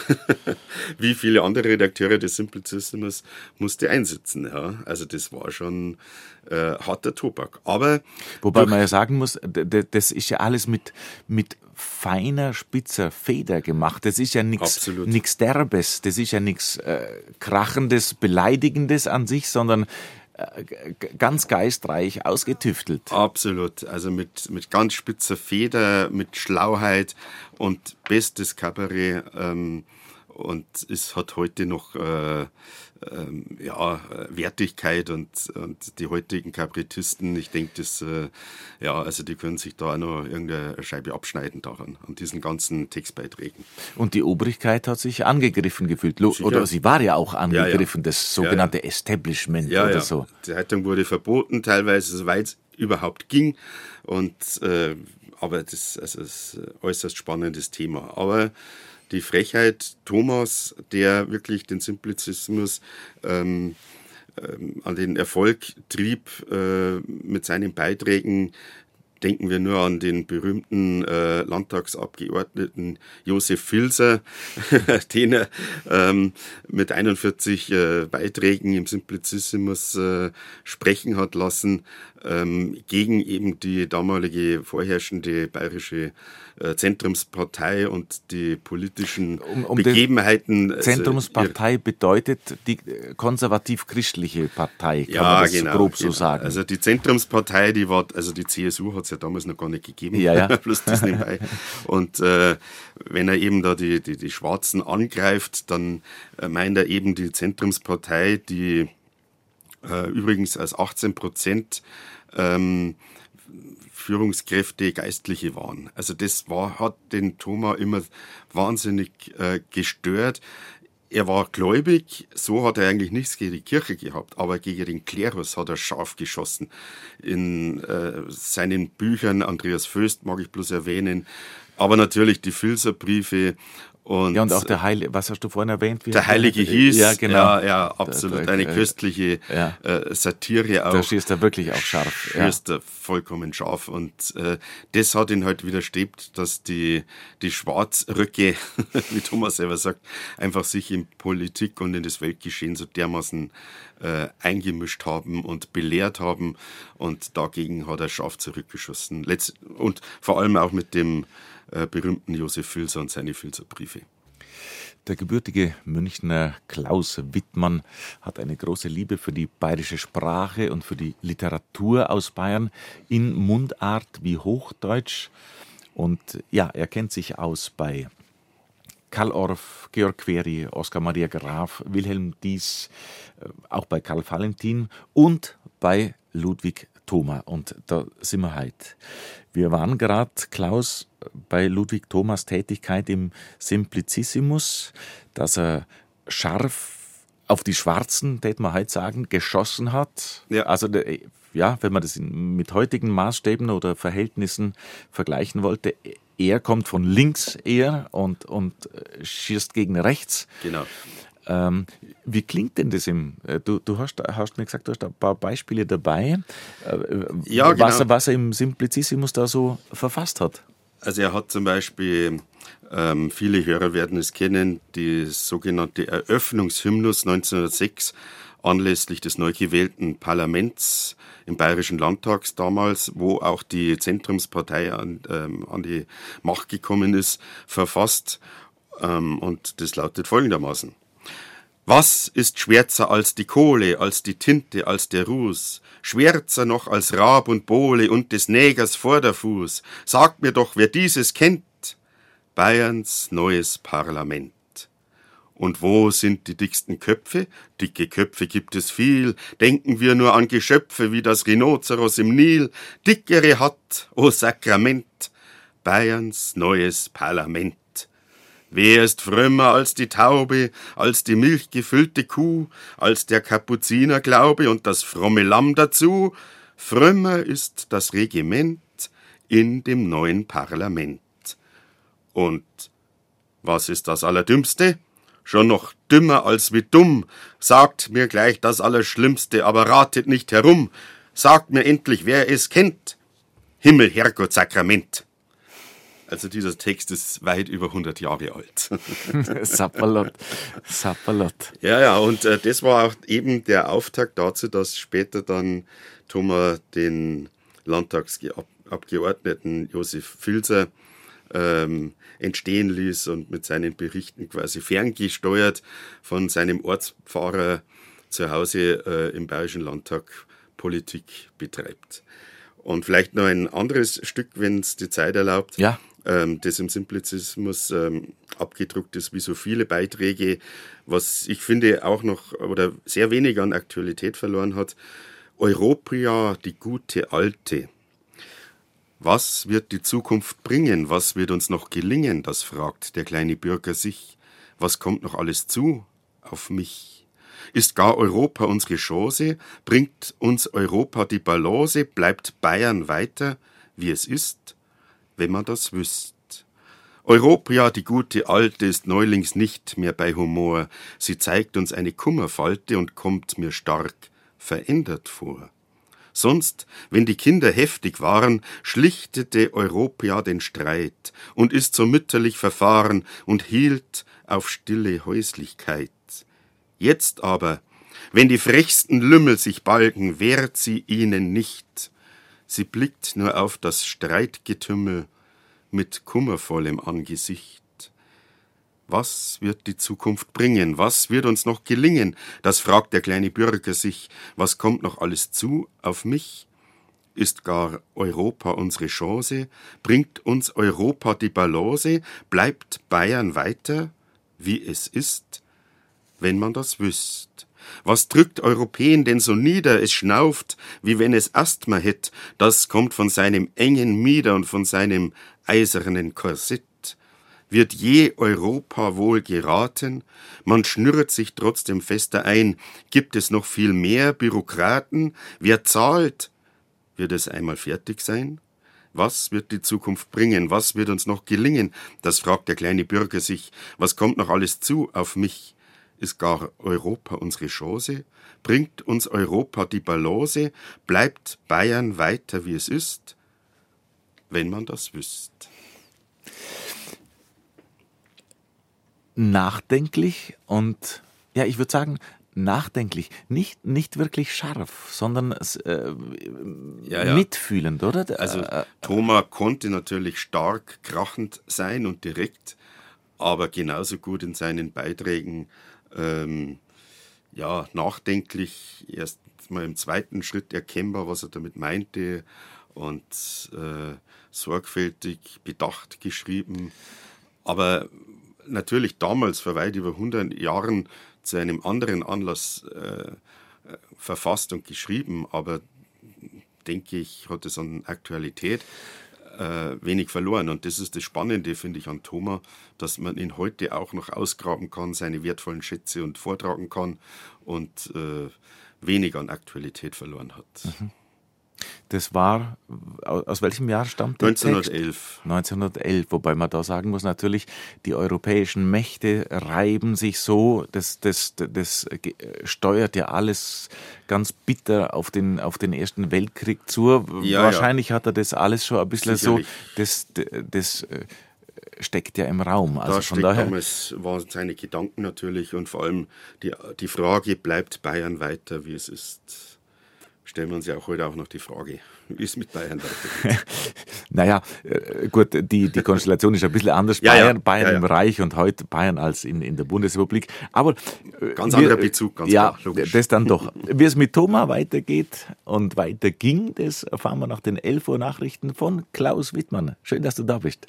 wie viele andere Redakteure des Simplicissimus, musste einsitzen. Ja. Also das war schon äh, harter Tobak. Aber wobei man ja sagen muss, das ist ja alles mit, mit feiner, spitzer Feder gemacht. Das ist ja nichts Derbes, das ist ja nichts äh, Krachendes, Beleidigendes an sich, sondern äh, ganz geistreich ausgetüftelt. Absolut, also mit, mit ganz spitzer Feder, mit Schlauheit und bestes Kabarett ähm, und es hat heute noch äh, ähm, ja, Wertigkeit und, und die heutigen Kabarettisten, ich denke, das, äh, ja, also die können sich da auch noch irgendeine Scheibe abschneiden daran, an diesen ganzen Textbeiträgen. Und die Obrigkeit hat sich angegriffen gefühlt, Sicher. Oder sie war ja auch angegriffen, ja, ja. das sogenannte ja, ja. Establishment ja, oder ja. so. Die Zeitung wurde verboten, teilweise, soweit es überhaupt ging, und, äh, aber das, also das ist ein äußerst spannendes Thema. Aber die Frechheit Thomas, der wirklich den Simplicissimus ähm, ähm, an den Erfolg trieb äh, mit seinen Beiträgen, denken wir nur an den berühmten äh, Landtagsabgeordneten Josef Filser, den er ähm, mit einundvierzig äh, Beiträgen im Simplicissimus äh, sprechen hat lassen, ähm, gegen eben die damalige vorherrschende bayerische äh, Zentrumspartei und die politischen um, um Begebenheiten. Also Zentrumspartei bedeutet die konservativ-christliche Partei, kann ja, man das genau, grob so genau. sagen. Also die Zentrumspartei, die war, also die C S U hat es ja damals noch gar nicht gegeben, ja, ja. bloß das nebenbei. Und äh, wenn er eben da die, die, die Schwarzen angreift, dann äh, meint er eben die Zentrumspartei, die äh, übrigens als achtzehn Prozent ähm, Führungskräfte Geistliche waren. Also das war, hat den Thoma immer wahnsinnig äh, gestört. Er war gläubig, so hat er eigentlich nichts gegen die Kirche gehabt, aber gegen den Klerus hat er scharf geschossen. In äh, seinen Büchern, Andreas Vöst mag ich bloß erwähnen, aber natürlich die Filser-Briefe. Und ja, und auch der Heilige, was hast du vorhin erwähnt? Wie der Heilige hieß, ja, genau. ja, ja absolut, der, der, eine köstliche ja. äh, Satire auch. Da schießt er wirklich auch scharf. Schießt er vollkommen scharf und äh, das hat ihn halt widerstrebt, dass die, die Schwarzröcke, wie Thomas selber sagt, einfach sich in Politik und in das Weltgeschehen so dermaßen äh, eingemischt haben und belehrt haben und dagegen hat er scharf zurückgeschossen. Letzt, und vor allem auch mit dem Äh, berühmten Josef Filser und seine Filserbriefe. Der gebürtige Münchner Klaus Wittmann hat eine große Liebe für die bayerische Sprache und für die Literatur aus Bayern in Mundart wie Hochdeutsch. Und ja, er kennt sich aus bei Karl Orff, Georg Query, Oskar Maria Graf, Wilhelm Dies, auch bei Karl Valentin und bei Ludwig Thoma. Und da sind wir heute. Wir waren gerade, Klaus, bei Ludwig Thomas Tätigkeit im Simplicissimus, dass er scharf auf die Schwarzen, tät man heute sagen, geschossen hat. Ja. Also, ja, wenn man das mit heutigen Maßstäben oder Verhältnissen vergleichen wollte, er kommt von links eher und, und schießt gegen rechts. Genau. Ähm, wie klingt denn das im, du, du hast, hast mir gesagt, du hast ein paar Beispiele dabei, äh, ja, genau. was, er, was er im Simplicissimus da so verfasst hat. Also er hat zum Beispiel, ähm, viele Hörer werden es kennen, die sogenannte Eröffnungshymnus neunzehnhundertsechs anlässlich des neu gewählten Parlaments im Bayerischen Landtag damals, wo auch die Zentrumspartei an, ähm, an die Macht gekommen ist, verfasst. Ähm, und das lautet folgendermaßen. Was ist schwärzer als die Kohle, als die Tinte, als der Ruß? Schwärzer noch als Rab und Bohle und des Nägers Vorderfuß? Sagt mir doch, wer dieses kennt? Bayerns neues Parlament. Und wo sind die dicksten Köpfe? Dicke Köpfe gibt es viel. Denken wir nur an Geschöpfe wie das Rhinoceros im Nil. Dickere hat, o Sakrament, Bayerns neues Parlament. Wer ist frömmer als die Taube, als die milchgefüllte Kuh, als der Kapuzinerglaube und das fromme Lamm dazu? Frömmer ist das Regiment in dem neuen Parlament. Und was ist das Allerdümmste? Schon noch dümmer als wie dumm. Sagt mir gleich das Allerschlimmste, aber ratet nicht herum. Sagt mir endlich, wer es kennt. Himmel, Herrgott, Sakrament. Also dieser Text ist weit über hundert Jahre alt. Sapperlot, Sapperlot. Ja, ja, und äh, das war auch eben der Auftakt dazu, dass später dann Thoma den Landtagsabgeordneten Josef Filser ähm, entstehen ließ und mit seinen Berichten quasi ferngesteuert von seinem Ortspfarrer zu Hause äh, im Bayerischen Landtag Politik betreibt. Und vielleicht noch ein anderes Stück, wenn es die Zeit erlaubt. Ja. Ähm, das im Simplicissimus ähm, abgedruckt ist, wie so viele Beiträge, was ich finde auch noch oder sehr wenig an Aktualität verloren hat. Europia, die gute Alte. Was wird die Zukunft bringen? Was wird uns noch gelingen? Das fragt der kleine Bürger sich. Was kommt noch alles zu auf mich? Ist gar Europa unsere Chance? Bringt uns Europa die Balance? Bleibt Bayern weiter, wie es ist? Wenn man das wüsst. Europia, die gute Alte, ist neulings nicht mehr bei Humor. Sie zeigt uns eine Kummerfalte und kommt mir stark verändert vor. Sonst, wenn die Kinder heftig waren, schlichtete Europa den Streit und ist so mütterlich verfahren und hielt auf stille Häuslichkeit. Jetzt aber, wenn die frechsten Lümmel sich balgen, wehrt sie ihnen nicht. Sie blickt nur auf das Streitgetümmel mit kummervollem Angesicht. Was wird die Zukunft bringen? Was wird uns noch gelingen? Das fragt der kleine Bürger sich. Was kommt noch alles zu auf mich? Ist gar Europa unsere Chance? Bringt uns Europa die Balance? Bleibt Bayern weiter, wie es ist? Wenn man das wüsst. Was drückt Europäen denn so nieder? Es schnauft, wie wenn es Asthma hätt. Das kommt von seinem engen Mieder und von seinem eisernen Korsett. Wird je Europa wohl geraten? Man schnürt sich trotzdem fester ein. Gibt es noch viel mehr Bürokraten? Wer zahlt? Wird es einmal fertig sein? Was wird die Zukunft bringen? Was wird uns noch gelingen? Das fragt der kleine Bürger sich. Was kommt noch alles zu auf mich? Ist gar Europa unsere Chance? Bringt uns Europa die Balance? Bleibt Bayern weiter, wie es ist? Wenn man das wüsst. Nachdenklich und, ja, ich würde sagen, nachdenklich. Nicht, nicht wirklich scharf, sondern äh, ja, ja. mitfühlend, oder? Also Thoma konnte natürlich stark krachend sein und direkt, aber genauso gut in seinen Beiträgen ähm, ja, nachdenklich, erst mal im zweiten Schritt erkennbar, was er damit meinte und äh, sorgfältig, bedacht geschrieben. Aber natürlich damals, vor weit über hundert Jahren, zu einem anderen Anlass äh, verfasst und geschrieben, aber denke ich, hat es an Aktualität äh, wenig verloren. Und das ist das Spannende, finde ich, an Thoma, dass man ihn heute auch noch ausgraben kann, seine wertvollen Schätze und vortragen kann und äh, wenig an Aktualität verloren hat. Mhm. Das war, aus welchem Jahr stammt der neunzehnhundertelf. Text? neunzehnhundertelf, wobei man da sagen muss, natürlich, die europäischen Mächte reiben sich so, das, das, das steuert ja alles ganz bitter auf den, auf den Ersten Weltkrieg zu. Ja, Wahrscheinlich ja. hat er das alles schon ein bisschen Sicherlich. so, das, das steckt ja im Raum. Also da von steckt daher damals, waren seine Gedanken natürlich und vor allem die, die Frage, bleibt Bayern weiter, wie es ist? Stellen wir uns ja auch heute auch noch die Frage, wie es mit Bayern weitergeht. Naja, gut, die, die Konstellation ist ein bisschen anders. ja, Bayern, ja, Bayern ja, ja. im Reich und heute Bayern als in, in der Bundesrepublik. Aber ganz wir, anderer Bezug, ganz ja, klar, logisch. Das dann doch. Wie es mit Thoma weitergeht und weiterging, das erfahren wir nach den elf Uhr Nachrichten von Klaus Wittmann. Schön, dass du da bist.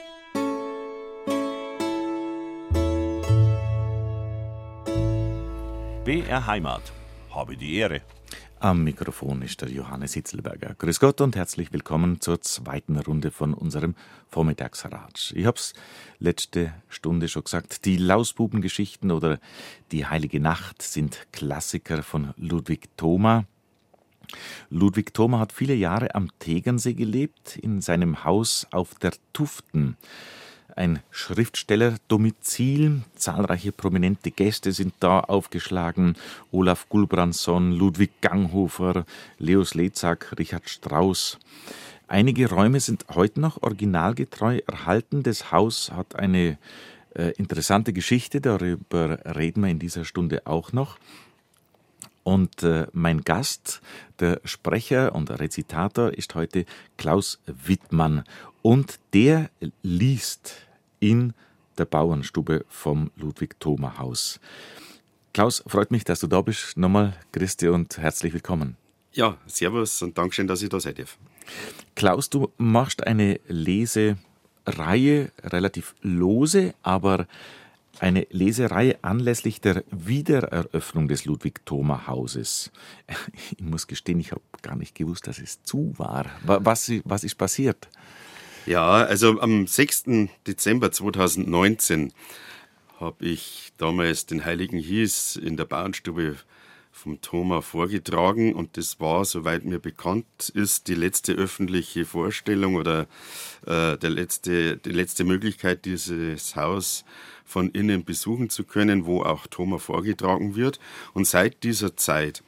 B R Heimat. Habe die Ehre. Am Mikrofon ist der Johannes Hitzelberger. Grüß Gott und herzlich willkommen zur zweiten Runde von unserem Vormittagsratsch. Ich habe es letzte Stunde schon gesagt, die Lausbubengeschichten oder die Heilige Nacht sind Klassiker von Ludwig Thoma. Ludwig Thoma hat viele Jahre am Tegernsee gelebt, in seinem Haus auf der Tuften. Ein Schriftstellerdomizil, zahlreiche prominente Gäste sind da aufgeschlagen. Olaf Gulbrandsson, Ludwig Ganghofer, Leo Slezak, Richard Strauss. Einige Räume sind heute noch originalgetreu erhalten. Das Haus hat eine äh, interessante Geschichte, darüber reden wir in dieser Stunde auch noch. Und äh, mein Gast, der Sprecher und Rezitator, ist heute Klaus Wittmann. Und der liest in der Bauernstube vom Ludwig-Thoma-Haus. Klaus, freut mich, dass du da bist. Nochmal Christi und herzlich willkommen. Ja, servus und Dankeschön, dass ich da sein darf. Klaus, du machst eine Lesereihe, relativ lose, aber eine Lesereihe anlässlich der Wiedereröffnung des Ludwig-Thoma-Hauses. Ich muss gestehen, ich habe gar nicht gewusst, dass es zu war. Was, was ist passiert? Ja, also am sechsten Dezember zweitausendneunzehn habe ich damals den Heiligen Hies in der Bauernstube vom Thoma vorgetragen und das war, soweit mir bekannt ist, die letzte öffentliche Vorstellung oder äh, der letzte, die letzte Möglichkeit, dieses Haus von innen besuchen zu können, wo auch Thoma vorgetragen wird. Und seit dieser Zeit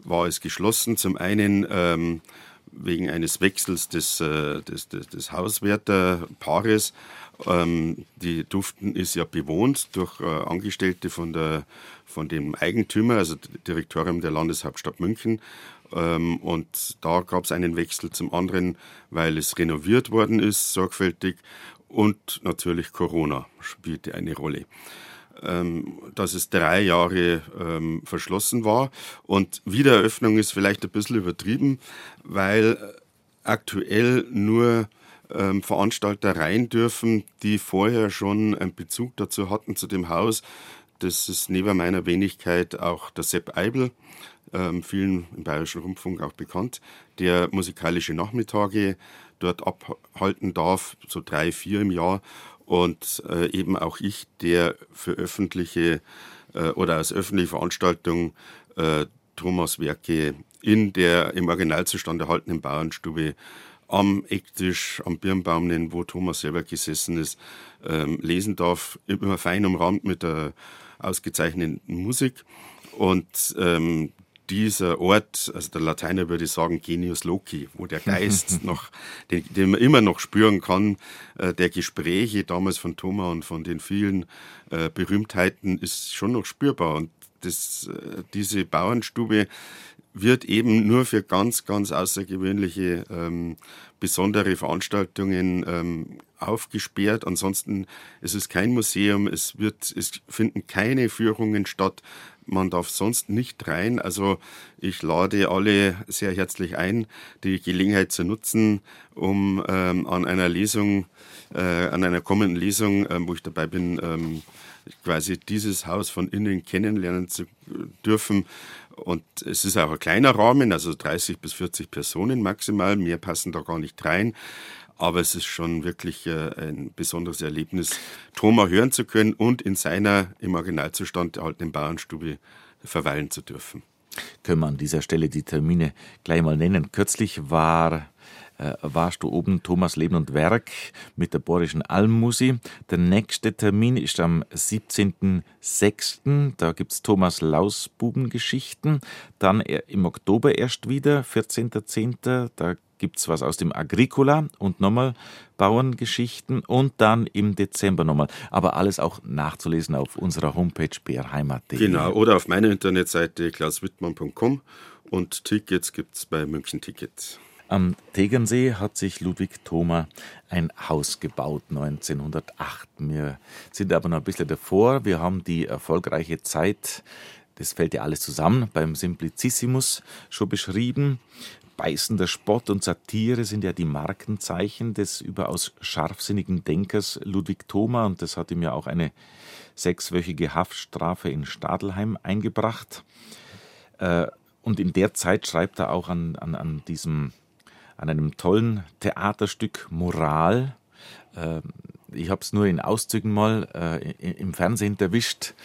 war es geschlossen. Zum einen ähm, wegen eines Wechsels des, äh, des, des, des Hauswärterpaares. Ähm, die Tuften ist ja bewohnt durch äh, Angestellte von, der, von dem Eigentümer, also Direktorium der Landeshauptstadt München. Ähm, und da gab es einen Wechsel. Zum anderen, weil es renoviert worden ist, sorgfältig. Und natürlich Corona spielte eine Rolle. Ähm, dass es drei Jahre ähm, verschlossen war. Und Wiedereröffnung ist vielleicht ein bisschen übertrieben, weil aktuell nur ähm, Veranstalter rein dürfen, die vorher schon einen Bezug dazu hatten, zu dem Haus. Das ist neben meiner Wenigkeit auch der Sepp Eibel, ähm, vielen im Bayerischen Rundfunk auch bekannt, der musikalische Nachmittage dort abhalten darf, so drei, vier im Jahr. Und äh, eben auch ich, der für öffentliche äh, oder als öffentliche Veranstaltung äh, Thomas Werke in der im Originalzustand erhaltenen Bauernstube am Ecktisch, am Birnbaum, wo Thomas selber gesessen ist, ähm, lesen darf, immer fein umrahmt mit der ausgezeichneten Musik. Und ähm, dieser Ort, also der Lateiner würde sagen Genius Loci, wo der Geist noch, den, den man immer noch spüren kann, äh, der Gespräche damals von Thomas und von den vielen äh, Berühmtheiten ist schon noch spürbar. Und das, äh, diese Bauernstube wird eben nur für ganz, ganz außergewöhnliche, ähm, besondere Veranstaltungen ähm, aufgesperrt. Ansonsten ist es kein Museum, es wird, es finden keine Führungen statt. Man darf sonst nicht rein. Also ich lade alle sehr herzlich ein, die Gelegenheit zu nutzen, um ähm, an einer Lesung, äh, an einer kommenden Lesung, ähm, wo ich dabei bin, ähm, quasi dieses Haus von innen kennenlernen zu dürfen. Und es ist auch ein kleiner Rahmen, also dreißig bis vierzig Personen maximal. Mehr passen da gar nicht rein. Aber es ist schon wirklich äh, ein besonderes Erlebnis, Thomas hören zu können und in seiner im Originalzustand erhaltenen Bauernstube verweilen zu dürfen. Können wir an dieser Stelle die Termine gleich mal nennen. Kürzlich war, äh, warst du oben Thomas Leben und Werk mit der Bayerischen Almmusi. Der nächste Termin ist am siebzehnten sechsten Da gibt es Thomas Laus Bubengeschichten. Dann im Oktober erst wieder, vierzehnten zehnten Da gibt es was aus dem Agricola und nochmal Bauerngeschichten und dann im Dezember nochmal. Aber alles auch nachzulesen auf unserer Homepage b r heimat punkt d e. Genau, oder auf meiner Internetseite klaus wittmann punkt com und Tickets gibt es bei München Tickets. Am Tegernsee hat sich Ludwig Thoma ein Haus gebaut, neunzehnhundertacht. Wir sind aber noch ein bisschen davor. Wir haben die erfolgreiche Zeit, das fällt ja alles zusammen, beim Simplicissimus schon beschrieben. Beißender Spott und Satire sind ja die Markenzeichen des überaus scharfsinnigen Denkers Ludwig Thoma, und das hat ihm ja auch eine sechswöchige Haftstrafe in Stadelheim eingebracht. Und in der Zeit schreibt er auch an, an, an, diesem, an einem tollen Theaterstück Moral. Ich habe es nur in Auszügen mal im Fernsehen erwischt.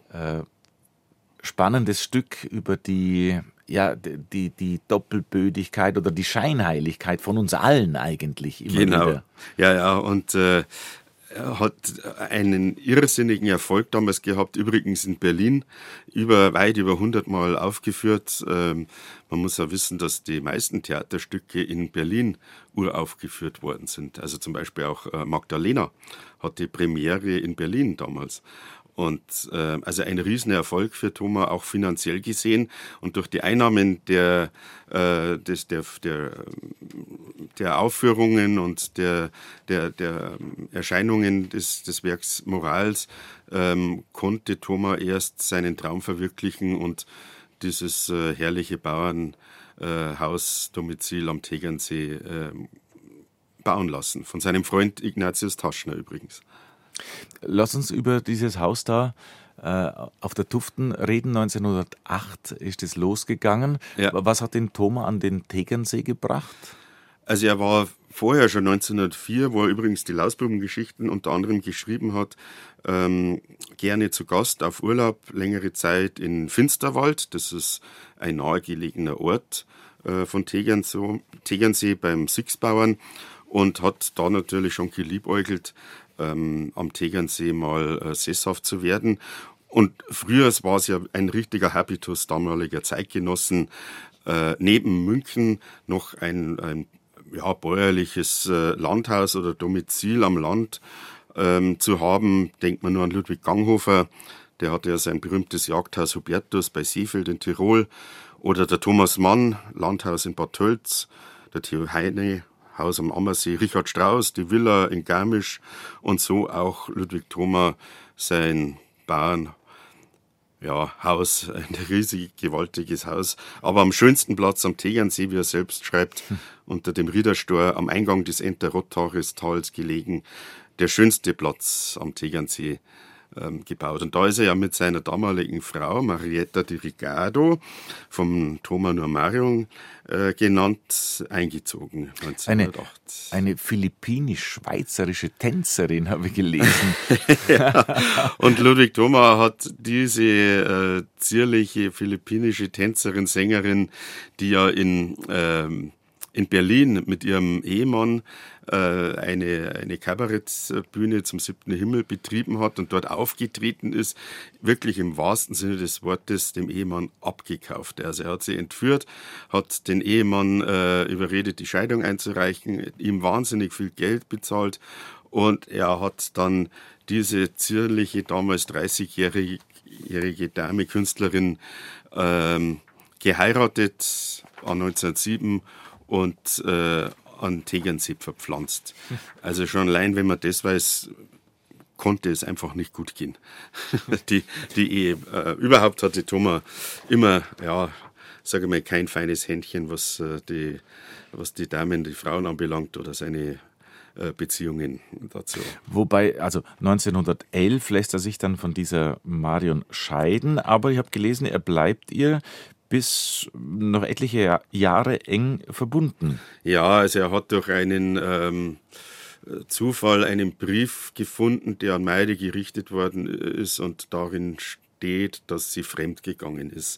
Spannendes Stück über die ja, die, die Doppelbödigkeit oder die Scheinheiligkeit von uns allen eigentlich immer genau. wieder. Ja, ja, und äh, er hat einen irrsinnigen Erfolg damals gehabt, übrigens in Berlin, über weit über hundert Mal aufgeführt. Ähm, man muss ja wissen, dass die meisten Theaterstücke in Berlin uraufgeführt worden sind. Also zum Beispiel auch äh, Magdalena hatte Premiere in Berlin damals. Und äh, also ein Riesenerfolg für Thoma, auch finanziell gesehen. Und durch die Einnahmen der, äh, des, der, der, der Aufführungen und der, der, der Erscheinungen des, des Werks Morals ähm, konnte Thoma erst seinen Traum verwirklichen und dieses äh, herrliche Bauernhausdomizil äh, am Tegernsee äh, bauen lassen. Von seinem Freund Ignatius Taschner übrigens. Lass uns über dieses Haus da äh, auf der Tuften reden. neunzehnhundertacht ist es losgegangen. Ja. Was hat den Thoma an den Tegernsee gebracht? Also er war vorher schon neunzehnhundertvier, wo er übrigens die Lausbubengeschichten unter anderem geschrieben hat, ähm, gerne zu Gast auf Urlaub, längere Zeit in Finsterwald. Das ist ein nahegelegener Ort äh, von Tegernsee, Tegernsee beim Sixbauern, und hat da natürlich schon geliebäugelt, Ähm, am Tegernsee mal äh, sesshaft zu werden. und früher war es ja ein richtiger Habitus damaliger Zeitgenossen, äh, neben München noch ein, ein ja, bäuerliches äh, Landhaus oder Domizil am Land ähm, zu haben. Denkt man nur an Ludwig Ganghofer, der hatte ja sein berühmtes Jagdhaus Hubertus bei Seefeld in Tirol. Oder der Thomas Mann, Landhaus in Bad Tölz, der Theo Heine, Haus am Ammersee, Richard Strauss, die Villa in Garmisch und so auch Ludwig Thoma sein Bauern. Ja, Haus, ein riesig gewaltiges Haus, aber am schönsten Platz am Tegernsee, wie er selbst schreibt, hm. unter dem Riederstor am Eingang des Enterrottachestals gelegen, der schönste Platz am Tegernsee ähm, gebaut. Und da ist er ja mit seiner damaligen Frau, Marietta di Ricardo, vom Thoma nur Marion äh, genannt, eingezogen neunzehnhundertacht. Eine, eine philippinisch-schweizerische Tänzerin, habe ich gelesen. Ja. Und Ludwig Thoma hat diese äh, zierliche philippinische Tänzerin, Sängerin, die ja in, ähm, in Berlin mit ihrem Ehemann äh, eine, eine Kabarettbühne zum siebten Himmel betrieben hat und dort aufgetreten ist, wirklich im wahrsten Sinne des Wortes dem Ehemann abgekauft. Also er hat sie entführt, hat den Ehemann äh, überredet, die Scheidung einzureichen, ihm wahnsinnig viel Geld bezahlt und er hat dann diese zierliche, damals dreißigjährige Dame, Künstlerin, ähm, geheiratet an neunzehnhundertsieben und äh, an Tegernsee verpflanzt. Also schon allein, wenn man das weiß, konnte es einfach nicht gut gehen. die, die Ehe. Äh, überhaupt hatte Thoma immer, ja, sage mal, kein feines Händchen, was, äh, die, was die Damen, die Frauen anbelangt oder seine äh, Beziehungen dazu. Wobei, also neunzehnhundertelf lässt er sich dann von dieser Marion scheiden, aber ich habe gelesen, er bleibt ihr bis noch etliche Jahre eng verbunden. Ja, also er hat durch einen ähm, Zufall einen Brief gefunden, der an Meide gerichtet worden ist und darin steht, dass sie fremdgegangen ist.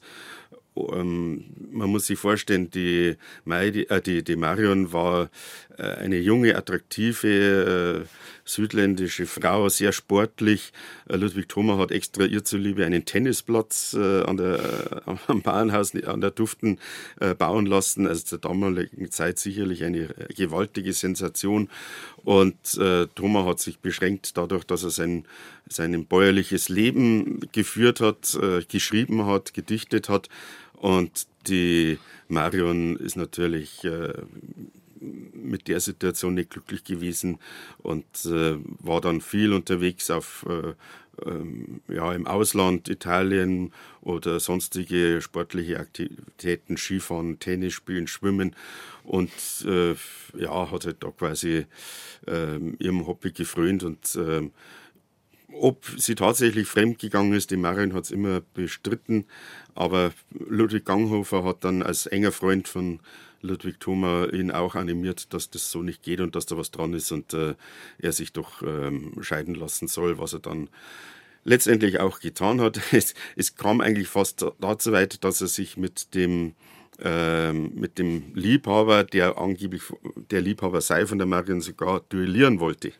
Ähm, man muss sich vorstellen, die, Meide, äh, die, die Marion war äh, eine junge, attraktive, äh, südländische Frau, sehr sportlich. Äh, Ludwig Thoma hat extra ihr zuliebe einen Tennisplatz äh, an der, äh, am Bauernhaus, an der Duften äh, bauen lassen. Also zur damaligen Zeit sicherlich eine gewaltige Sensation. Und äh, Thoma hat sich beschränkt dadurch, dass er sein, sein bäuerliches Leben geführt hat, äh, geschrieben hat, gedichtet hat. Und die Marion ist natürlich äh, mit der Situation nicht glücklich gewesen und äh, war dann viel unterwegs auf, äh, ähm, ja, im Ausland, Italien oder sonstige sportliche Aktivitäten, Skifahren, Tennis spielen, Schwimmen und äh, ja, hat halt da quasi äh, ihrem Hobby gefrönt und äh, ob sie tatsächlich fremdgegangen ist, die Marion hat es immer bestritten, aber Ludwig Ganghofer hat dann als enger Freund von Ludwig Thoma ihn auch animiert, dass das so nicht geht und dass da was dran ist und äh, er sich doch ähm, scheiden lassen soll, was er dann letztendlich auch getan hat. Es, es kam eigentlich fast dazu weit, dass er sich mit dem mit dem Liebhaber, der angeblich der Liebhaber sei von der Marion, sogar duellieren wollte.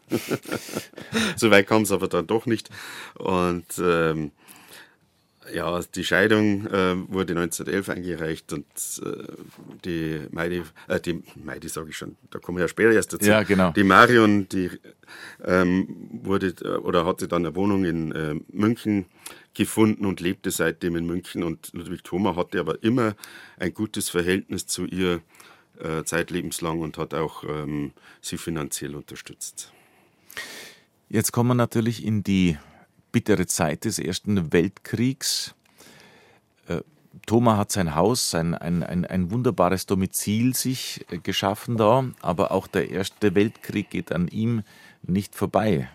So weit kam es aber dann doch nicht. Und ähm, ja, die Scheidung äh, wurde neunzehnhundertelf eingereicht und äh, die Meide, äh, die Meide sage ich schon, da kommen wir ja später erst dazu. Ja, genau. Die Marion, die ähm, wurde oder hatte dann eine Wohnung in äh, München gefunden und lebte seitdem in München. Und Ludwig Thoma hatte aber immer ein gutes Verhältnis zu ihr äh, zeitlebenslang und hat auch ähm, sie finanziell unterstützt. Jetzt kommen wir natürlich in die bittere Zeit des Ersten Weltkriegs. Äh, Thoma hat sein Haus, ein, ein, ein, ein wunderbares Domizil sich äh, geschaffen da, aber auch der Erste Weltkrieg geht an ihm nicht vorbei.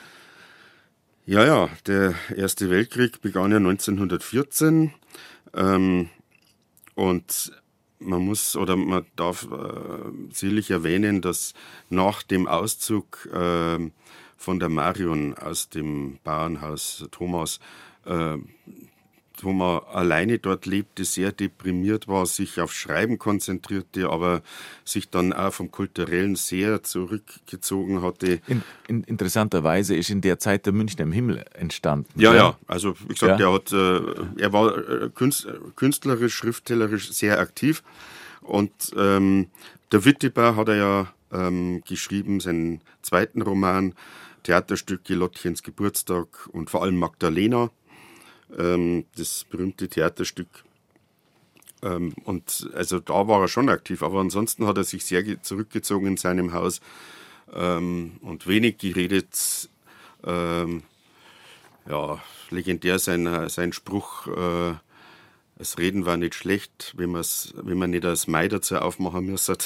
Ja, ja, der Erste Weltkrieg begann ja neunzehnhundertvierzehn ähm, und man muss oder man darf äh, sicherlich erwähnen, dass nach dem Auszug äh, von der Marion aus dem Bauernhaus Thomas äh, Thomas alleine dort lebte, sehr deprimiert war, sich aufs Schreiben konzentrierte, aber sich dann auch vom Kulturellen sehr zurückgezogen hatte. In, in, interessanterweise ist in der Zeit der Münchner im Himmel entstanden. Ja, ja, ja. Also wie gesagt, ja. er, hat, äh, er war äh, künstlerisch, schriftstellerisch sehr aktiv. Und ähm, der Wittiber hat er ja ähm, geschrieben, seinen zweiten Roman, Theaterstücke Lottchens Geburtstag und vor allem Magdalena, ähm, das berühmte Theaterstück. Ähm, und also da war er schon aktiv, aber ansonsten hat er sich sehr ge- zurückgezogen in seinem Haus ähm, und wenig geredet. Ähm, ja, legendär sein, sein Spruch, äh, das Reden war nicht schlecht, wenn, man's, wenn man nicht das Mai dazu aufmachen müsste.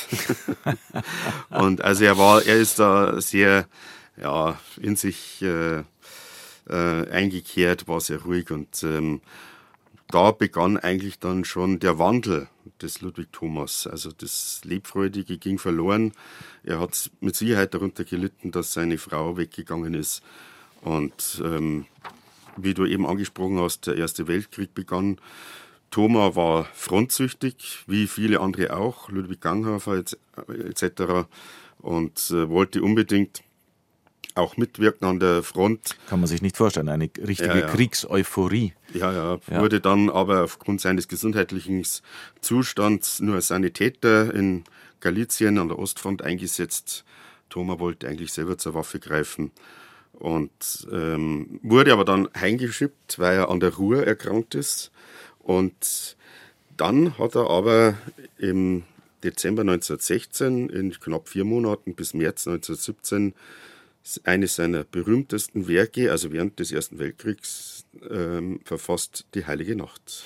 Und also er war, er ist da sehr ja, in sich äh, äh, eingekehrt, war sehr ruhig und ähm, da begann eigentlich dann schon der Wandel des Ludwig Thomas. Also das Lebfreudige ging verloren. Er hat mit Sicherheit darunter gelitten, dass seine Frau weggegangen ist. Und ähm, wie du eben angesprochen hast, der Erste Weltkrieg begann. Thomas war frontsüchtig, wie viele andere auch, Ludwig Ganghofer et cetera. Und äh, wollte unbedingt auch mitwirken an der Front. Kann man sich nicht vorstellen, eine richtige ja, ja. Kriegseuphorie. Ja, ja, Ja. wurde dann aber aufgrund seines gesundheitlichen Zustands nur als Sanitäter in Galizien an der Ostfront eingesetzt. Thomas wollte eigentlich selber zur Waffe greifen und ähm, wurde aber dann heimgeschippt, weil er an der Ruhr erkrankt ist. Und dann hat er aber im Dezember neunzehnhundertsechzehn, in knapp vier Monaten bis März neunzehnhundertsiebzehn, eines seiner berühmtesten Werke, also während des Ersten Weltkriegs, ähm, verfasst, die Heilige Nacht.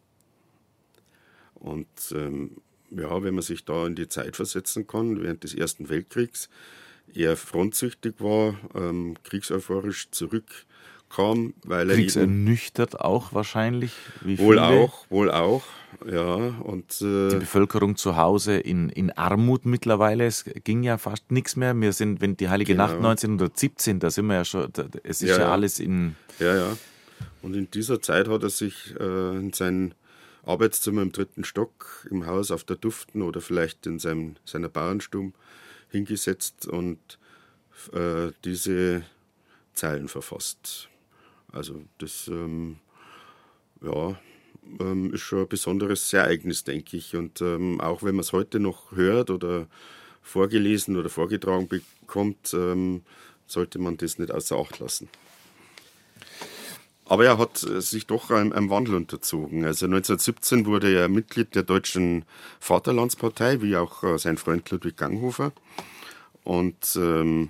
Und ähm, ja, wenn man sich da in die Zeit versetzen kann, während des Ersten Weltkriegs, er frontsüchtig war, ähm, kriegseuphorisch zurückkam, weil er Kriegsernüchtert auch wahrscheinlich, wie wohl viele. auch, wohl auch, ja. Und äh, Die Bevölkerung zu Hause in, in Armut mittlerweile. Es ging ja fast nichts mehr. Wir sind, wenn die Heilige Genau. Nacht neunzehnhundertsiebzehn, da sind wir ja schon, da, es ist Ja, ja, ja. alles in. Ja, ja. Und in dieser Zeit hat er sich äh, in sein Arbeitszimmer im dritten Stock im Haus auf der Duften oder vielleicht in seinem, seiner Bauernstube hingesetzt und äh, diese Zeilen verfasst. Also das ähm, ja, ähm, ist schon ein besonderes Ereignis, denke ich. Und ähm, auch wenn man es heute noch hört oder vorgelesen oder vorgetragen bekommt, ähm, sollte man das nicht außer Acht lassen. Aber er hat sich doch einem, einem Wandel unterzogen. Also neunzehnhundertsiebzehn wurde er Mitglied der Deutschen Vaterlandspartei, wie auch äh, sein Freund Ludwig Ganghofer. Und ähm,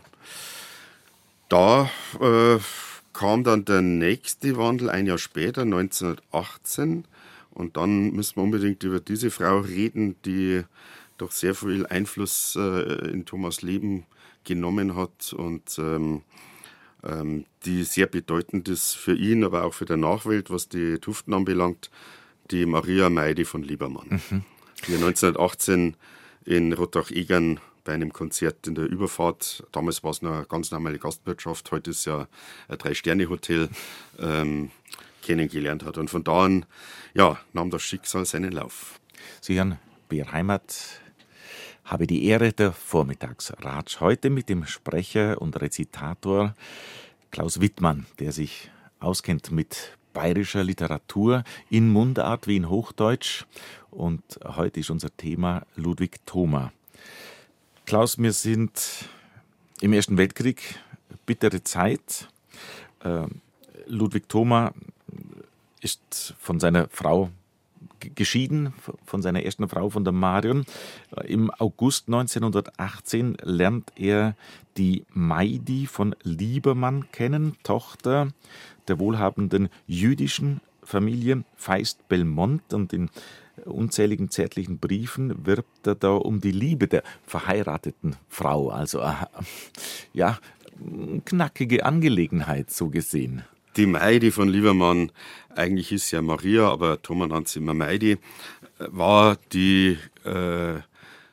da äh, kam dann der nächste Wandel ein Jahr später, neunzehnhundertachtzehn. Und dann müssen wir unbedingt über diese Frau reden, die doch sehr viel Einfluss äh, in Thomas' Leben genommen hat und ähm, ähm, die sehr bedeutend ist für ihn, aber auch für die Nachwelt, was die Tuften anbelangt, die Maria Meide von Liebermann, mhm. die neunzehnhundertachtzehn in Rottach-Egern bei einem Konzert in der Überfahrt, damals war es noch eine ganz normale Gastwirtschaft, heute ist es ja ein Drei-Sterne-Hotel, ähm, kennengelernt hat. Und von da an ja, nahm das Schicksal seinen Lauf. Sie hören B R Heimat, habe die Ehre der Vormittagsratsch. Heute mit dem Sprecher und Rezitator Klaus Wittmann, der sich auskennt mit bayerischer Literatur in Mundart wie in Hochdeutsch. Und heute ist unser Thema Ludwig Thoma. Klaus, wir sind im Ersten Weltkrieg, bittere Zeit. Äh, Ludwig Thoma ist von seiner Frau geschieden, von seiner ersten Frau, von der Marion. Im August neunzehnhundertachtzehn lernt er die Meidi von Liebermann kennen, Tochter der wohlhabenden jüdischen Familie Feist-Belmont, und in unzähligen zärtlichen Briefen wirbt er da um die Liebe der verheirateten Frau. Also ja, knackige Angelegenheit so gesehen. Die Meidi von Liebermann, eigentlich ist ja Maria, aber Thomas nannt sie immer Meidi, war die äh,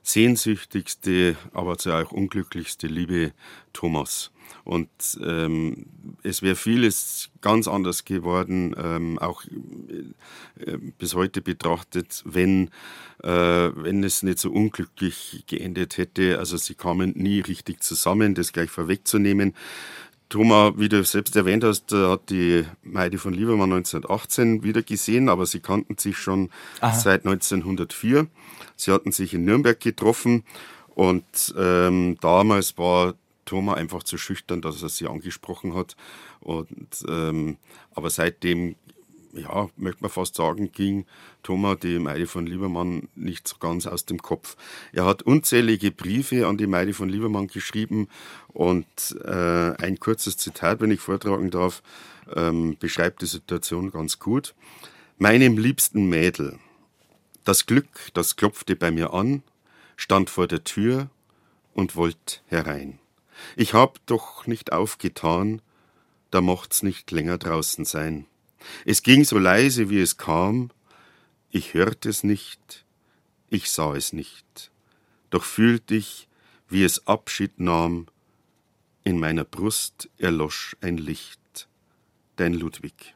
sehnsüchtigste, aber auch unglücklichste Liebe Thomas. Und ähm, es wäre vieles ganz anders geworden, ähm, auch äh, bis heute betrachtet, wenn, äh, wenn es nicht so unglücklich geendet hätte. Also sie kamen nie richtig zusammen, das gleich vorwegzunehmen. Thomas, wie du selbst erwähnt hast, hat die Maidi von Liebermann neunzehnhundertachtzehn wieder gesehen, aber sie kannten sich schon Aha. seit neunzehnhundertvier. Sie hatten sich in Nürnberg getroffen und ähm, damals war Thomas einfach zu schüchtern, dass er sie angesprochen hat. Und, ähm, aber seitdem, ja, möchte man fast sagen, ging Thomas die Maidi von Liebermann nicht so ganz aus dem Kopf. Er hat unzählige Briefe an die Maidi von Liebermann geschrieben und äh, ein kurzes Zitat, wenn ich vortragen darf, ähm, beschreibt die Situation ganz gut. Meinem liebsten Mädel, das Glück, das klopfte bei mir an, stand vor der Tür und wollt herein. Ich hab doch nicht aufgetan, da mocht's nicht länger draußen sein. Es ging so leise, wie es kam, ich hörte es nicht, ich sah es nicht, doch fühlt ich, wie es Abschied nahm, in meiner Brust erlosch ein Licht, dein Ludwig.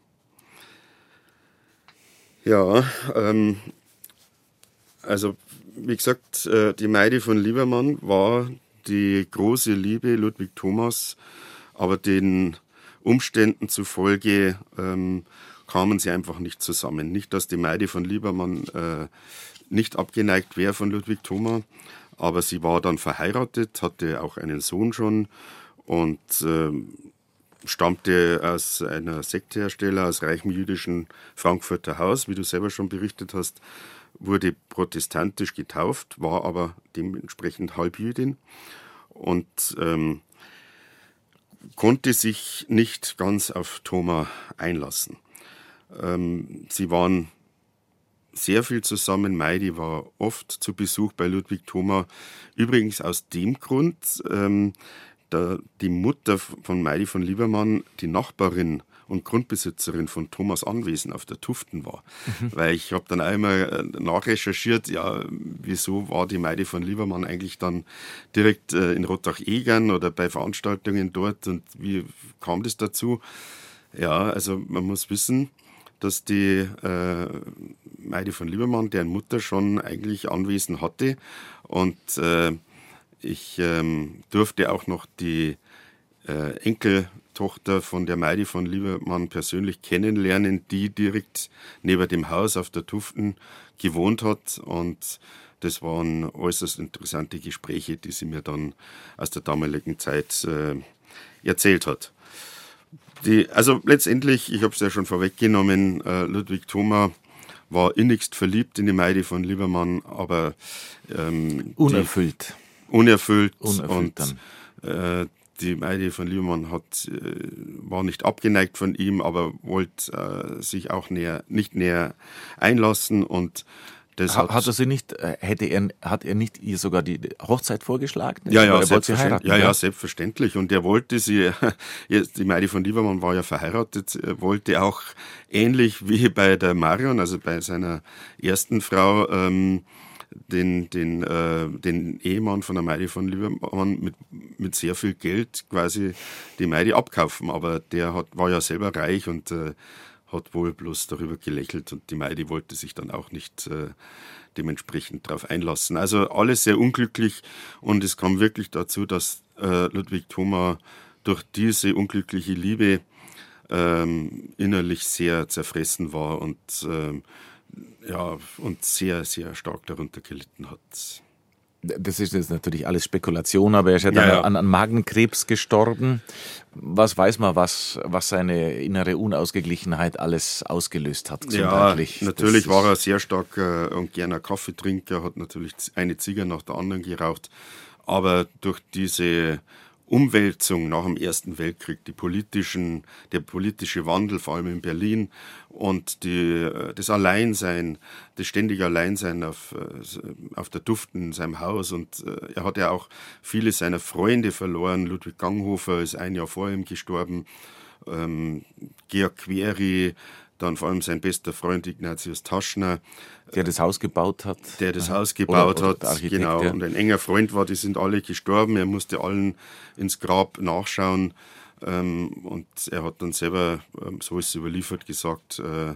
Ja, ähm, also wie gesagt, die Maidi von Liebermann war die große Liebe Ludwig Thomas, aber den Umständen zufolge ähm, kamen sie einfach nicht zusammen. Nicht, dass die Maidi von Liebermann äh, nicht abgeneigt wäre von Ludwig Thomas, aber sie war dann verheiratet, hatte auch einen Sohn schon und äh, stammte aus einer Sekthersteller, aus reichem jüdischen Frankfurter Haus, wie du selber schon berichtet hast, wurde protestantisch getauft, war aber dementsprechend Halbjüdin und ähm, konnte sich nicht ganz auf Thomas einlassen. Ähm, sie waren sehr viel zusammen. Maidi war oft zu Besuch bei Ludwig Thomas. Übrigens aus dem Grund, ähm, da die Mutter von Maidi von Liebermann, die Nachbarin und Grundbesitzerin von Thomas Anwesen auf der Tuften war. Mhm. Weil ich habe dann einmal nachrecherchiert, ja, wieso war die Maidi von Liebermann eigentlich dann direkt äh, in Rottach-Egern oder bei Veranstaltungen dort und wie kam das dazu? Ja, also man muss wissen, dass die äh, Maidi von Liebermann, deren Mutter schon eigentlich Anwesen hatte und äh, ich ähm, durfte auch noch die äh, Enkeltochter von der Maidi von Liebermann persönlich kennenlernen, die direkt neben dem Haus auf der Tuften gewohnt hat. Und das waren äußerst interessante Gespräche, die sie mir dann aus der damaligen Zeit äh, erzählt hat. Die, also letztendlich, ich habe es ja schon vorweggenommen, äh, Ludwig Thomas war innigst verliebt in die Maidi von Liebermann, aber ähm, unerfüllt. Die, unerfüllt. Unerfüllt und äh, die Maidi von Liebermann hat, äh, war nicht abgeneigt von ihm, aber wollte äh, sich auch näher, nicht näher einlassen und das hat, hat er sie nicht, hätte er, hat er nicht ihr sogar die Hochzeit vorgeschlagen? Ja, ja, er wollte sie heiraten, ja, ja, selbstverständlich. Und er wollte sie, die Maidi von Liebermann war ja verheiratet, er wollte auch ähnlich wie bei der Marion, also bei seiner ersten Frau, ähm, den, den, äh, den Ehemann von der Maidi von Liebermann mit, mit sehr viel Geld quasi die Maidi abkaufen. Aber der hat, war ja selber reich und äh, hat wohl bloß darüber gelächelt und die Maidi wollte sich dann auch nicht äh, dementsprechend darauf einlassen. Also alles sehr unglücklich und es kam wirklich dazu, dass äh, Ludwig Thomas durch diese unglückliche Liebe ähm, innerlich sehr zerfressen war und, ähm, ja, und sehr, sehr stark darunter gelitten hat. Das ist jetzt natürlich alles Spekulation, aber er ist ja dann ja, ja. An, an Magenkrebs gestorben. Was weiß man, was, was seine innere Unausgeglichenheit alles ausgelöst hat? Ja, natürlich war er sehr stark äh, und gerne Kaffeetrinker, hat natürlich eine Zigarre nach der anderen geraucht. Aber durch diese Umwälzung nach dem Ersten Weltkrieg, die politischen, der politische Wandel, vor allem in Berlin und die, das Alleinsein, das ständige Alleinsein auf, auf der Tuften in seinem Haus und er hat ja auch viele seiner Freunde verloren. Ludwig Ganghofer ist ein Jahr vor ihm gestorben, ähm, Georg Query, dann vor allem sein bester Freund Ignatius Taschner. Der das Haus gebaut hat. Der das Haus gebaut oder, oder hat, genau. Ja. Und ein enger Freund war, die sind alle gestorben. Er musste allen ins Grab nachschauen. Ähm, und er hat dann selber, ähm, so ist es überliefert, gesagt, äh,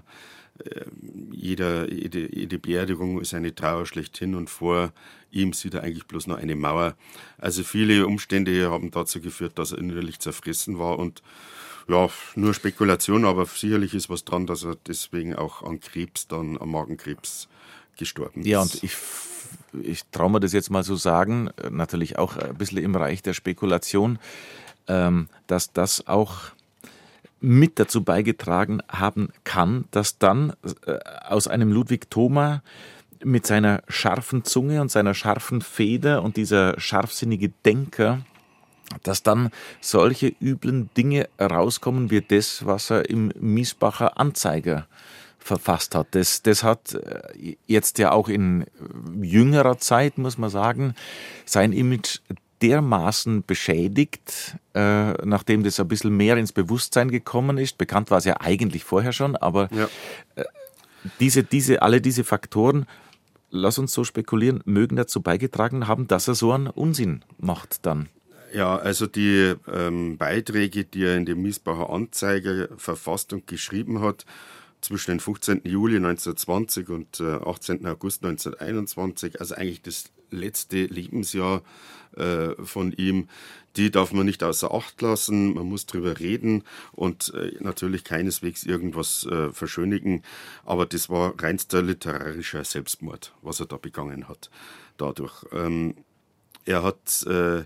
jeder, jede, jede Beerdigung ist eine Trauer schlechthin und vor ihm sieht er eigentlich bloß noch eine Mauer. Also viele Umstände haben dazu geführt, dass er innerlich zerfressen war und ja, nur Spekulation, aber sicherlich ist was dran, dass er deswegen auch an Krebs, dann am Magenkrebs gestorben ist. Ja, und ich, ich traue mir das jetzt mal so sagen, natürlich auch ein bisschen im Reich der Spekulation, ähm, dass das auch mit dazu beigetragen haben kann, dass dann äh, aus einem Ludwig Thoma mit seiner scharfen Zunge und seiner scharfen Feder und dieser scharfsinnige Denker, dass dann solche üblen Dinge rauskommen wie das, was er im Miesbacher Anzeiger verfasst hat. Das, das hat jetzt ja auch in jüngerer Zeit, muss man sagen, sein Image dermaßen beschädigt, äh, nachdem das ein bisschen mehr ins Bewusstsein gekommen ist. Bekannt war es ja eigentlich vorher schon, aber ja. äh, diese, diese, alle diese Faktoren, lass uns so spekulieren, mögen dazu beigetragen haben, dass er so einen Unsinn macht dann. Ja, also die ähm, Beiträge, die er in dem Miesbacher Anzeiger verfasst und geschrieben hat, zwischen dem fünfzehnten Juli neunzehnhundertzwanzig und äh, achtzehnten August neunzehnhunderteinundzwanzig, also eigentlich das letzte Lebensjahr äh, von ihm, die darf man nicht außer Acht lassen, man muss drüber reden und äh, natürlich keineswegs irgendwas äh, verschönigen, aber das war reinster literarischer Selbstmord, was er da begangen hat dadurch. Ähm, er hat äh,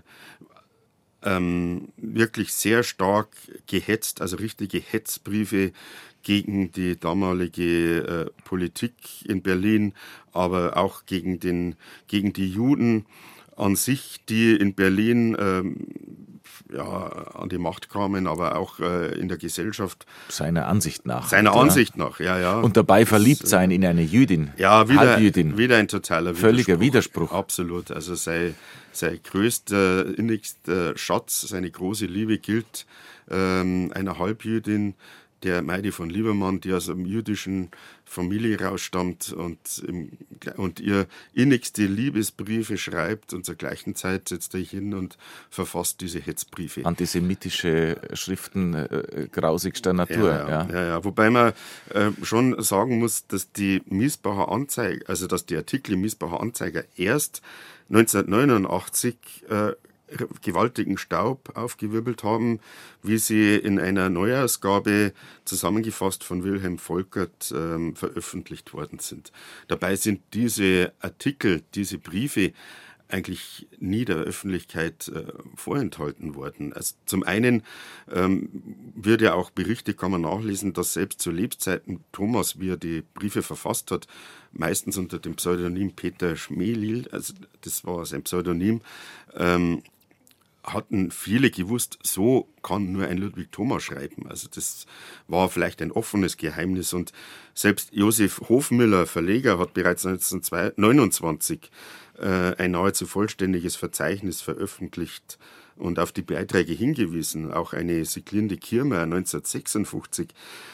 ähm, wirklich sehr stark gehetzt, also richtige Hetzbriefe gegen die damalige äh, Politik in Berlin, aber auch gegen, den, gegen die Juden an sich, die in Berlin ähm, ja, an die Macht kamen, aber auch äh, in der Gesellschaft. Seiner Ansicht nach. Seiner oder? Ansicht nach, ja, ja. Und dabei verliebt das, sein in eine Jüdin. Ja, wieder, wieder ein totaler Widerspruch. Völliger Widerspruch. Absolut. Also sein, sein größter, innigster Schatz, seine große Liebe gilt ähm, einer Halbjüdin, der Maidi von Liebermann, die aus einer jüdischen Familie rausstammt und, im, und ihr innigste Liebesbriefe schreibt und zur gleichen Zeit setzt er sich hin und verfasst diese Hetzbriefe. Antisemitische Schriften äh, grausigster Natur. Ja, ja, ja. ja, ja. Wobei man äh, schon sagen muss, dass die Miesbacher Anzeiger, also dass die Artikel im Miesbacher Anzeiger erst neunzehnhundertneunundachtzig äh, gewaltigen Staub aufgewirbelt haben, wie sie in einer Neuausgabe zusammengefasst von Wilhelm Volkert ähm, veröffentlicht worden sind. Dabei sind diese Artikel, diese Briefe eigentlich nie der Öffentlichkeit äh, vorenthalten worden. Also zum einen ähm, wird ja auch Berichte, kann man nachlesen, dass selbst zu Lebzeiten Thomas, wie er die Briefe verfasst hat, meistens unter dem Pseudonym Peter Schmelil, also das war sein Pseudonym, ähm, hatten viele gewusst, so kann nur ein Ludwig Thoma schreiben. Also das war vielleicht ein offenes Geheimnis und selbst Josef Hofmüller, Verleger, hat bereits neunzehnhundertneunundzwanzig äh, ein nahezu vollständiges Verzeichnis veröffentlicht und auf die Beiträge hingewiesen. Auch eine Siglinde Kirmer neunzehnhundertsechsundfünfzig.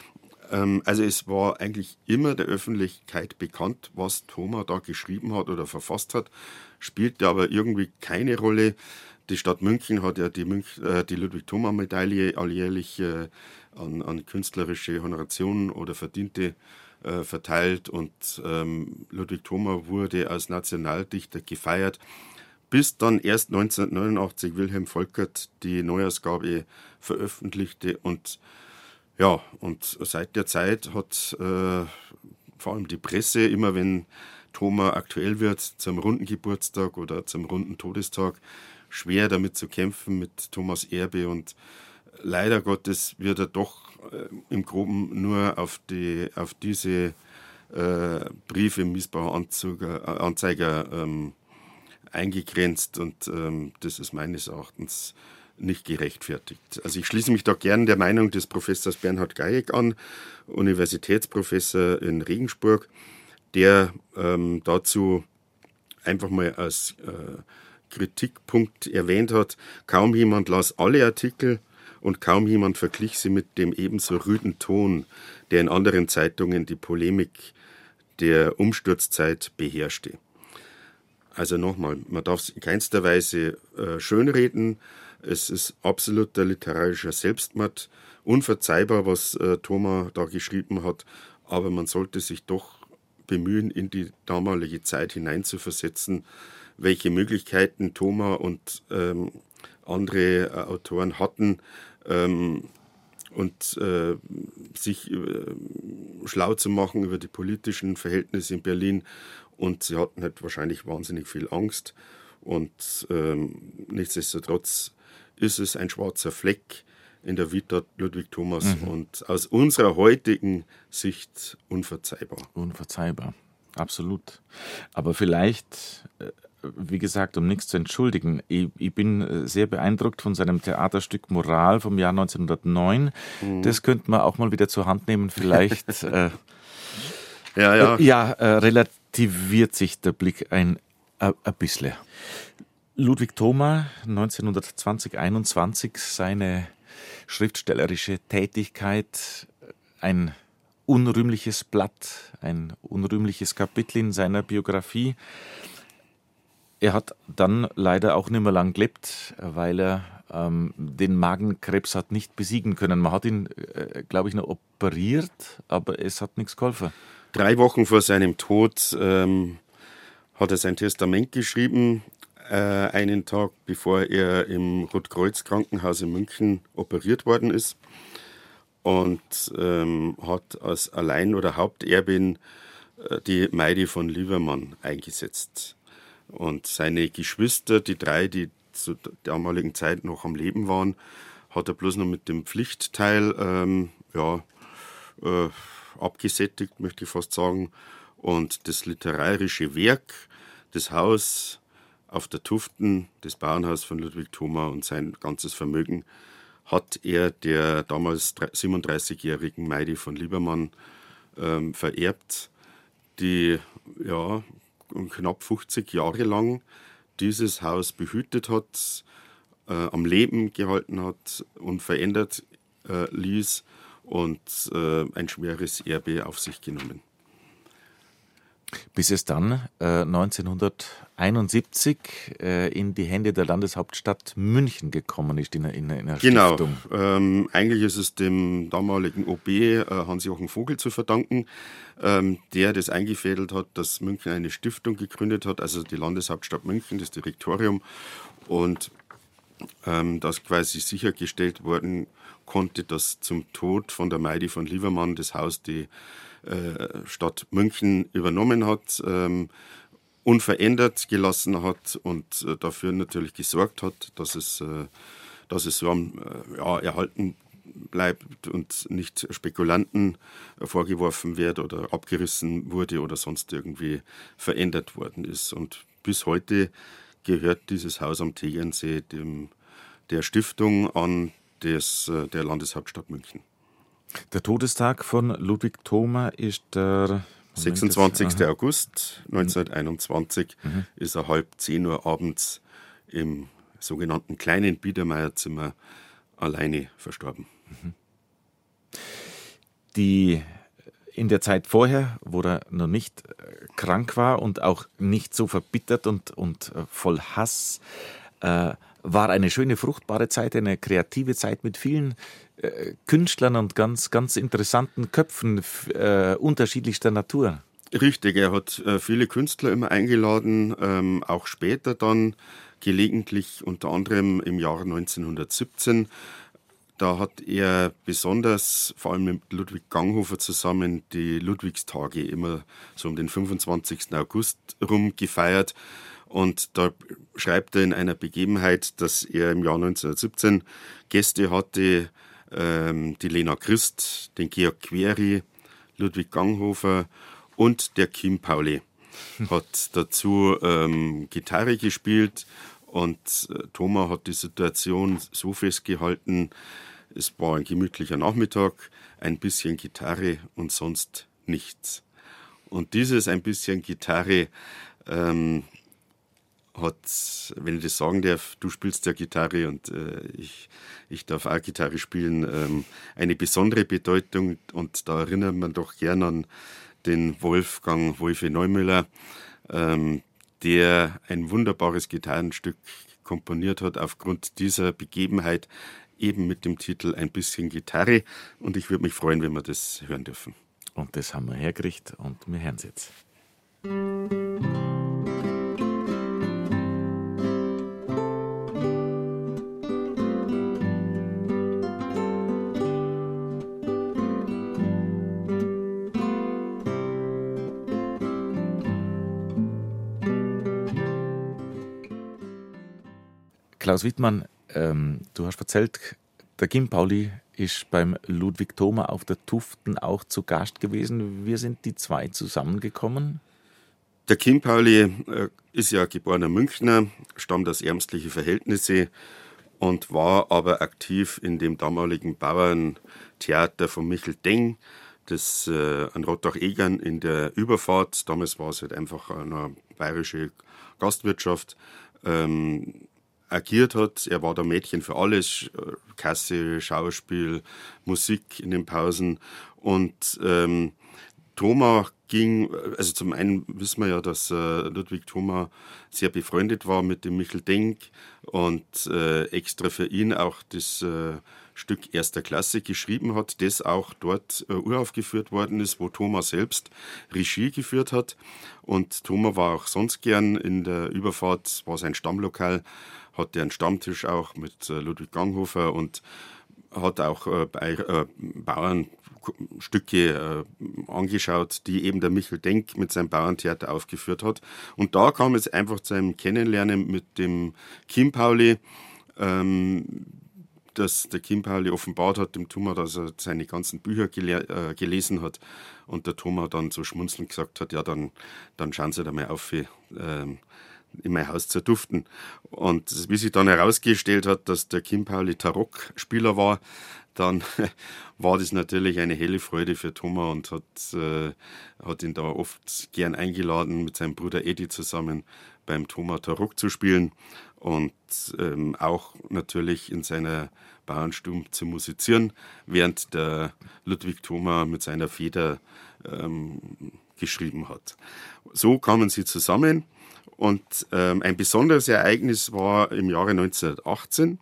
Ähm, also es war eigentlich immer der Öffentlichkeit bekannt, was Thoma da geschrieben hat oder verfasst hat, spielte aber irgendwie keine Rolle. Die Stadt München hat ja die, Münch, äh, die Ludwig-Thoma-Medaille alljährlich äh, an, an künstlerische Honorationen oder Verdiente äh, verteilt und ähm, Ludwig Thoma wurde als Nationaldichter gefeiert, bis dann erst neunzehnhundertneunundachtzig Wilhelm Volkert die Neuausgabe veröffentlichte und ja, und seit der Zeit hat äh, vor allem die Presse, immer wenn Thoma aktuell wird, zum runden Geburtstag oder zum runden Todestag, schwer damit zu kämpfen mit Thomas Erbe und leider Gottes wird er doch äh, im Groben nur auf, die, auf diese äh, Briefe im Miesbacher Anzeiger, äh, Anzeiger ähm, eingegrenzt und ähm, das ist meines Erachtens nicht gerechtfertigt. Also ich schließe mich da gern der Meinung des Professors Bernhard Gajek an, Universitätsprofessor in Regensburg, der ähm, dazu einfach mal als äh, Kritikpunkt erwähnt hat, kaum jemand las alle Artikel und kaum jemand verglich sie mit dem ebenso rüden Ton, der in anderen Zeitungen die Polemik der Umsturzzeit beherrschte. Also nochmal, man darf es in keinster Weise äh, schönreden. Es ist absoluter literarischer Selbstmord, unverzeihbar, was äh, Thoma da geschrieben hat, aber man sollte sich doch bemühen, in die damalige Zeit hineinzuversetzen, welche Möglichkeiten Thoma und ähm, andere äh, Autoren hatten, ähm, und äh, sich äh, schlau zu machen über die politischen Verhältnisse in Berlin. Und sie hatten halt wahrscheinlich wahnsinnig viel Angst. Und ähm, nichtsdestotrotz ist es ein schwarzer Fleck in der Vita Ludwig Thomas mhm. und aus unserer heutigen Sicht unverzeihbar. Unverzeihbar, absolut. Aber vielleicht, wie gesagt, um nichts zu entschuldigen, ich, ich bin sehr beeindruckt von seinem Theaterstück Moral vom Jahr neunzehnhundertneun. Mhm. Das könnte man auch mal wieder zur Hand nehmen, vielleicht. äh, ja, ja. Äh, ja äh, relativiert sich der Blick ein, äh, ein bisschen. Ludwig Thoma, neunzehnhundertzwanzig einundzwanzig, seine schriftstellerische Tätigkeit, ein unrühmliches Blatt, ein unrühmliches Kapitel in seiner Biografie. Er hat dann leider auch nicht mehr lang gelebt, weil er ähm, den Magenkrebs hat nicht besiegen können. Man hat ihn, äh, glaube ich, noch operiert, aber es hat nichts geholfen. Drei Wochen vor seinem Tod ähm, hat er sein Testament geschrieben, äh, einen Tag bevor er im Rotkreuz-Krankenhaus in München operiert worden ist, und ähm, hat als Allein- oder Haupterbin äh, die Maidi von Liebermann eingesetzt. Und seine Geschwister, die drei, die zur damaligen Zeit noch am Leben waren, hat er bloß noch mit dem Pflichtteil ähm, ja, äh, abgesättigt, möchte ich fast sagen. Und das literarische Werk, das Haus auf der Tuften, das Bauernhaus von Ludwig Thoma und sein ganzes Vermögen, hat er der damals siebenunddreißigjährigen Maidi von Liebermann ähm, vererbt, die ja knapp fünfzig Jahre lang dieses Haus behütet hat, äh, am Leben gehalten hat, unverändert äh, ließ und äh, ein schweres Erbe auf sich genommen. Bis es dann äh, neunzehnhunderteinundsiebzig äh, in die Hände der Landeshauptstadt München gekommen ist, in, in, in einer genau. Stiftung. Ähm, eigentlich ist es dem damaligen O B äh, Hans-Jochen Vogel zu verdanken, ähm, der das eingefädelt hat, dass München eine Stiftung gegründet hat, also die Landeshauptstadt München, das Direktorium, und ähm, das quasi sichergestellt worden konnte, dass zum Tod von der Maidi von Liebermann das Haus die äh, Stadt München übernommen hat, ähm, unverändert gelassen hat und äh, dafür natürlich gesorgt hat, dass es, äh, dass es so äh, ja, erhalten bleibt und nicht Spekulanten äh, vorgeworfen wird oder abgerissen wurde oder sonst irgendwie verändert worden ist. Und bis heute gehört dieses Haus am Tegernsee dem, der Stiftung an des, äh, der Landeshauptstadt München. Der Todestag von Ludwig Thoma ist der sechsundzwanzigster August neunzehnhunderteinundzwanzig, mhm. ist er halb zehn Uhr abends im sogenannten kleinen Biedermeierzimmer alleine verstorben. Mhm. Die in der Zeit vorher, wo er noch nicht krank war und auch nicht so verbittert und, und voll Hass, äh, war eine schöne, fruchtbare Zeit, eine kreative Zeit mit vielen äh, Künstlern und ganz, ganz interessanten Köpfen äh, unterschiedlichster Natur. Richtig, er hat äh, viele Künstler immer eingeladen, ähm, auch später dann gelegentlich, unter anderem im Jahr neunzehnhundertsiebzehn. Da hat er besonders, vor allem mit Ludwig Ganghofer zusammen, die Ludwigstage immer so um den fünfundzwanzigsten August rum gefeiert. Und da schreibt er in einer Begebenheit, dass er im Jahr neunzehnhundertsiebzehn Gäste hatte, ähm, die Lena Christ, den Georg Query, Ludwig Ganghofer und der Kim Pauli. Hat dazu ähm, Gitarre gespielt und äh, Thoma hat die Situation so festgehalten, es war ein gemütlicher Nachmittag, ein bisschen Gitarre und sonst nichts. Und dieses ein bisschen Gitarre ähm, hat, wenn ich das sagen darf, du spielst ja Gitarre und äh, ich, ich darf auch Gitarre spielen, ähm, eine besondere Bedeutung. Und da erinnert man doch gern an den Wolfgang Wolfi Neumüller, ähm, der ein wunderbares Gitarrenstück komponiert hat aufgrund dieser Begebenheit, eben mit dem Titel Ein bisschen Gitarre. Und ich würde mich freuen, wenn wir das hören dürfen. Und das haben wir hergekriegt und wir hören es jetzt. Klaus Wittmann, ähm, du hast erzählt, der Kim Pauli ist beim Ludwig Thoma auf der Tuften auch zu Gast gewesen. Wie sind die zwei zusammengekommen? Der Kim Pauli äh, ist ja geborener Münchner, stammt aus ärmlichen Verhältnissen und war aber aktiv in dem damaligen Bauerntheater von Michel Deng, das äh, an Rottach-Egern in der Überfahrt. Damals war es halt einfach eine bayerische Gastwirtschaft. Ähm, agiert hat. Er war da Mädchen für alles, Kasse, Schauspiel, Musik in den Pausen. Und ähm, Thoma ging, also zum einen wissen wir ja, dass äh, Ludwig Thoma sehr befreundet war mit dem Michel Denk und äh, extra für ihn auch das äh, Stück erster Klasse geschrieben hat, das auch dort äh, uraufgeführt worden ist, wo Thoma selbst Regie geführt hat. Und Thoma war auch sonst gern in der Überfahrt, war sein Stammlokal, hatte einen Stammtisch auch mit äh, Ludwig Ganghofer und hat auch äh, bei, äh, Bauernstücke äh, angeschaut, die eben der Michel Denk mit seinem Bauerntheater aufgeführt hat. Und da kam es einfach zu einem Kennenlernen mit dem Kim Pauli, ähm, dass der Kim Pauli offenbart hat dem Thoma, dass er seine ganzen Bücher gele- äh, gelesen hat und der Thoma dann so schmunzelnd gesagt hat, ja, dann, dann schauen Sie da mal auf, wie, ähm, in mein Haus zu duften. Und wie sich dann herausgestellt hat, dass der Kim Pauli Tarock-Spieler war, dann war das natürlich eine helle Freude für Thoma und hat, äh, hat ihn da oft gern eingeladen, mit seinem Bruder Eddie zusammen beim Thoma Tarock zu spielen und ähm, auch natürlich in seiner Bauernstube zu musizieren, während der Ludwig Thoma mit seiner Feder ähm, geschrieben hat. So kamen sie zusammen. Und ähm, ein besonderes Ereignis war im Jahre neunzehnhundertachtzehn,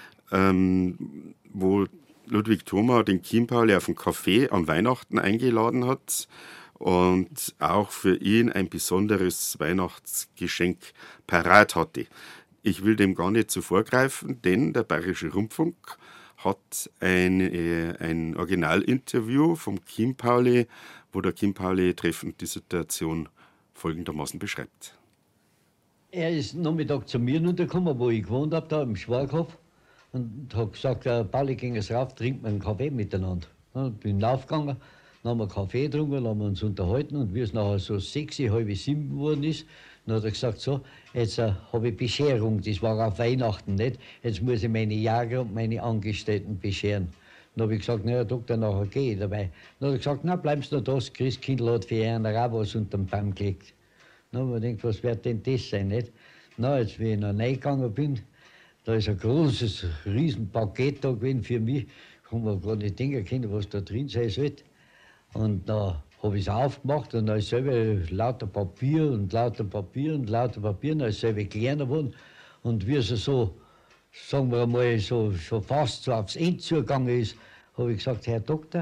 ähm, wo Ludwig Thoma den Kim Pauli auf ein Café an Weihnachten eingeladen hat und auch für ihn ein besonderes Weihnachtsgeschenk parat hatte. Ich will dem gar nicht zuvorgreifen, denn der Bayerische Rundfunk hat ein, äh, ein Originalinterview vom Kim Pauli, wo der Kim Pauli treffend die Situation folgendermaßen beschreibt. Er ist Nachmittag zu mir runtergekommen, wo ich gewohnt habe, da im Schwarkhof, und hat gesagt, Pauli, gehen wir rauf, trinken wir einen Kaffee miteinander. Ja, bin raufgegangen, dann haben wir Kaffee getrunken, dann haben wir uns unterhalten, und wie es nachher so sechs, halb sieben geworden ist, dann hat er gesagt, so, jetzt äh, habe ich Bescherung, das war auf Weihnachten nicht, jetzt muss ich meine Jäger und meine Angestellten bescheren. Dann habe ich gesagt, na ja, Doktor, nachher gehe ich dabei. Dann hat er gesagt, na, bleiben Sie noch da, das Christkindl hat für einen auch was unter den Baum gelegt. Dann habe ich gedacht, was wird denn das sein, nicht? Na, jetzt, wie ich noch reingegangen bin, da ist ein großes, riesen Paket da gewesen für mich. Ich kann mir gar nicht denken können, was da drin sein sollte. Und da habe ich es aufgemacht und da ist selber lauter Papier und lauter Papier und lauter Papier, und da ist selber kleiner geworden. Und wie es so, sagen wir mal, so, so fast so aufs Ende zugegangen ist, habe ich gesagt, Herr Doktor,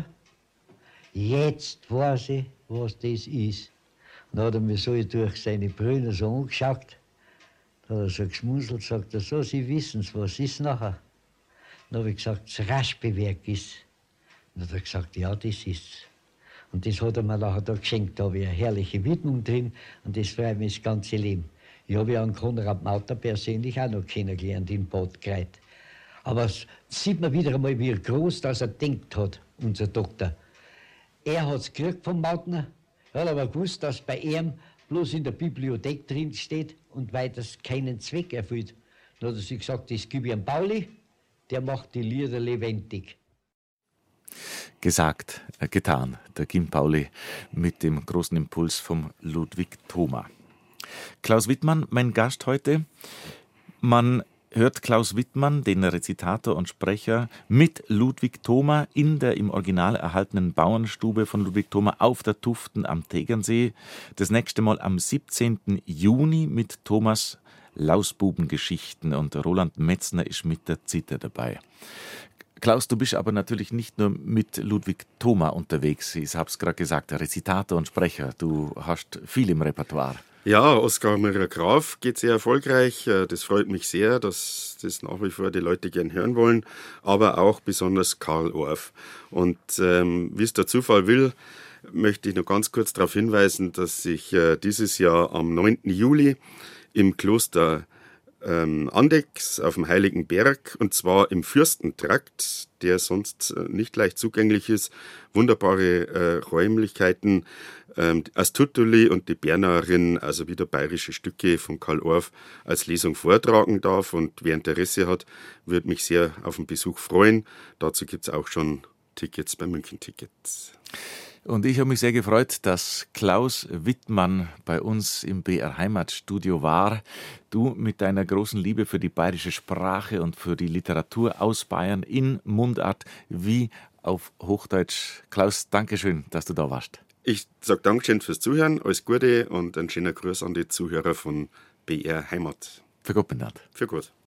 jetzt weiß ich, was das ist. Dann hat er mir so durch seine Brüder so angeschaut, da hat er so geschmunzelt, sagt er, so, Sie wissen's, was ist nachher? Dann habe ich gesagt, das Raspelwerk ist. Dann hat er gesagt, ja, das ist's. Und das hat er mir nachher da geschenkt, da habe ich eine herrliche Widmung drin, und das freut mich das ganze Leben. Ich habe ja einen Konrad Mauter persönlich auch noch kennengelernt in Bad Kreit. Aber es sieht man wieder einmal, wie groß das er denkt hat, unser Doktor. Er hat es gekriegt vom Mautner. Er hat aber gewusst, dass bei ihm bloß in der Bibliothek drin steht und weiter keinen Zweck erfüllt. Dann hat er sich gesagt, das gebe ich an Pauli, der macht die Lieder lebendig. Gesagt, äh, getan, der Kim Pauli mit dem großen Impuls vom Ludwig Thoma. Klaus Wittmann, mein Gast heute. Man hört Klaus Wittmann, den Rezitator und Sprecher, mit Ludwig Thoma in der im Original erhaltenen Bauernstube von Ludwig Thoma auf der Tuften am Tegernsee. Das nächste Mal am siebzehnten Juni mit Thomas Lausbubengeschichten und Roland Metzner ist mit der Zither dabei. Klaus, du bist aber natürlich nicht nur mit Ludwig Thoma unterwegs. Ich habe es gerade gesagt, Rezitator und Sprecher. Du hast viel im Repertoire. Ja, Oskar Maria Graf geht sehr erfolgreich. Das freut mich sehr, dass das nach wie vor die Leute gern hören wollen. Aber auch besonders Karl Orff. Und ähm, wie es der Zufall will, möchte ich noch ganz kurz darauf hinweisen, dass ich äh, dieses Jahr am neunten Juli im Kloster ähm, Andechs auf dem Heiligen Berg, und zwar im Fürstentrakt, der sonst äh, nicht leicht zugänglich ist, wunderbare äh, Räumlichkeiten, ähm, Astutuli und die Bernauerin, also wieder bayerische Stücke von Karl Orff, als Lesung vortragen darf. Und wer Interesse hat, würde mich sehr auf den Besuch freuen. Dazu gibt es auch schon Tickets bei München Tickets. Und ich habe mich sehr gefreut, dass Klaus Wittmann bei uns im B R Heimatstudio war. Du mit deiner großen Liebe für die bayerische Sprache und für die Literatur aus Bayern in Mundart wie auf Hochdeutsch. Klaus, danke schön, dass du da warst. Ich sage Dankeschön fürs Zuhören, alles Gute und einen schönen Gruß an die Zuhörer von B R Heimat. Für Gott benannt. Für gut.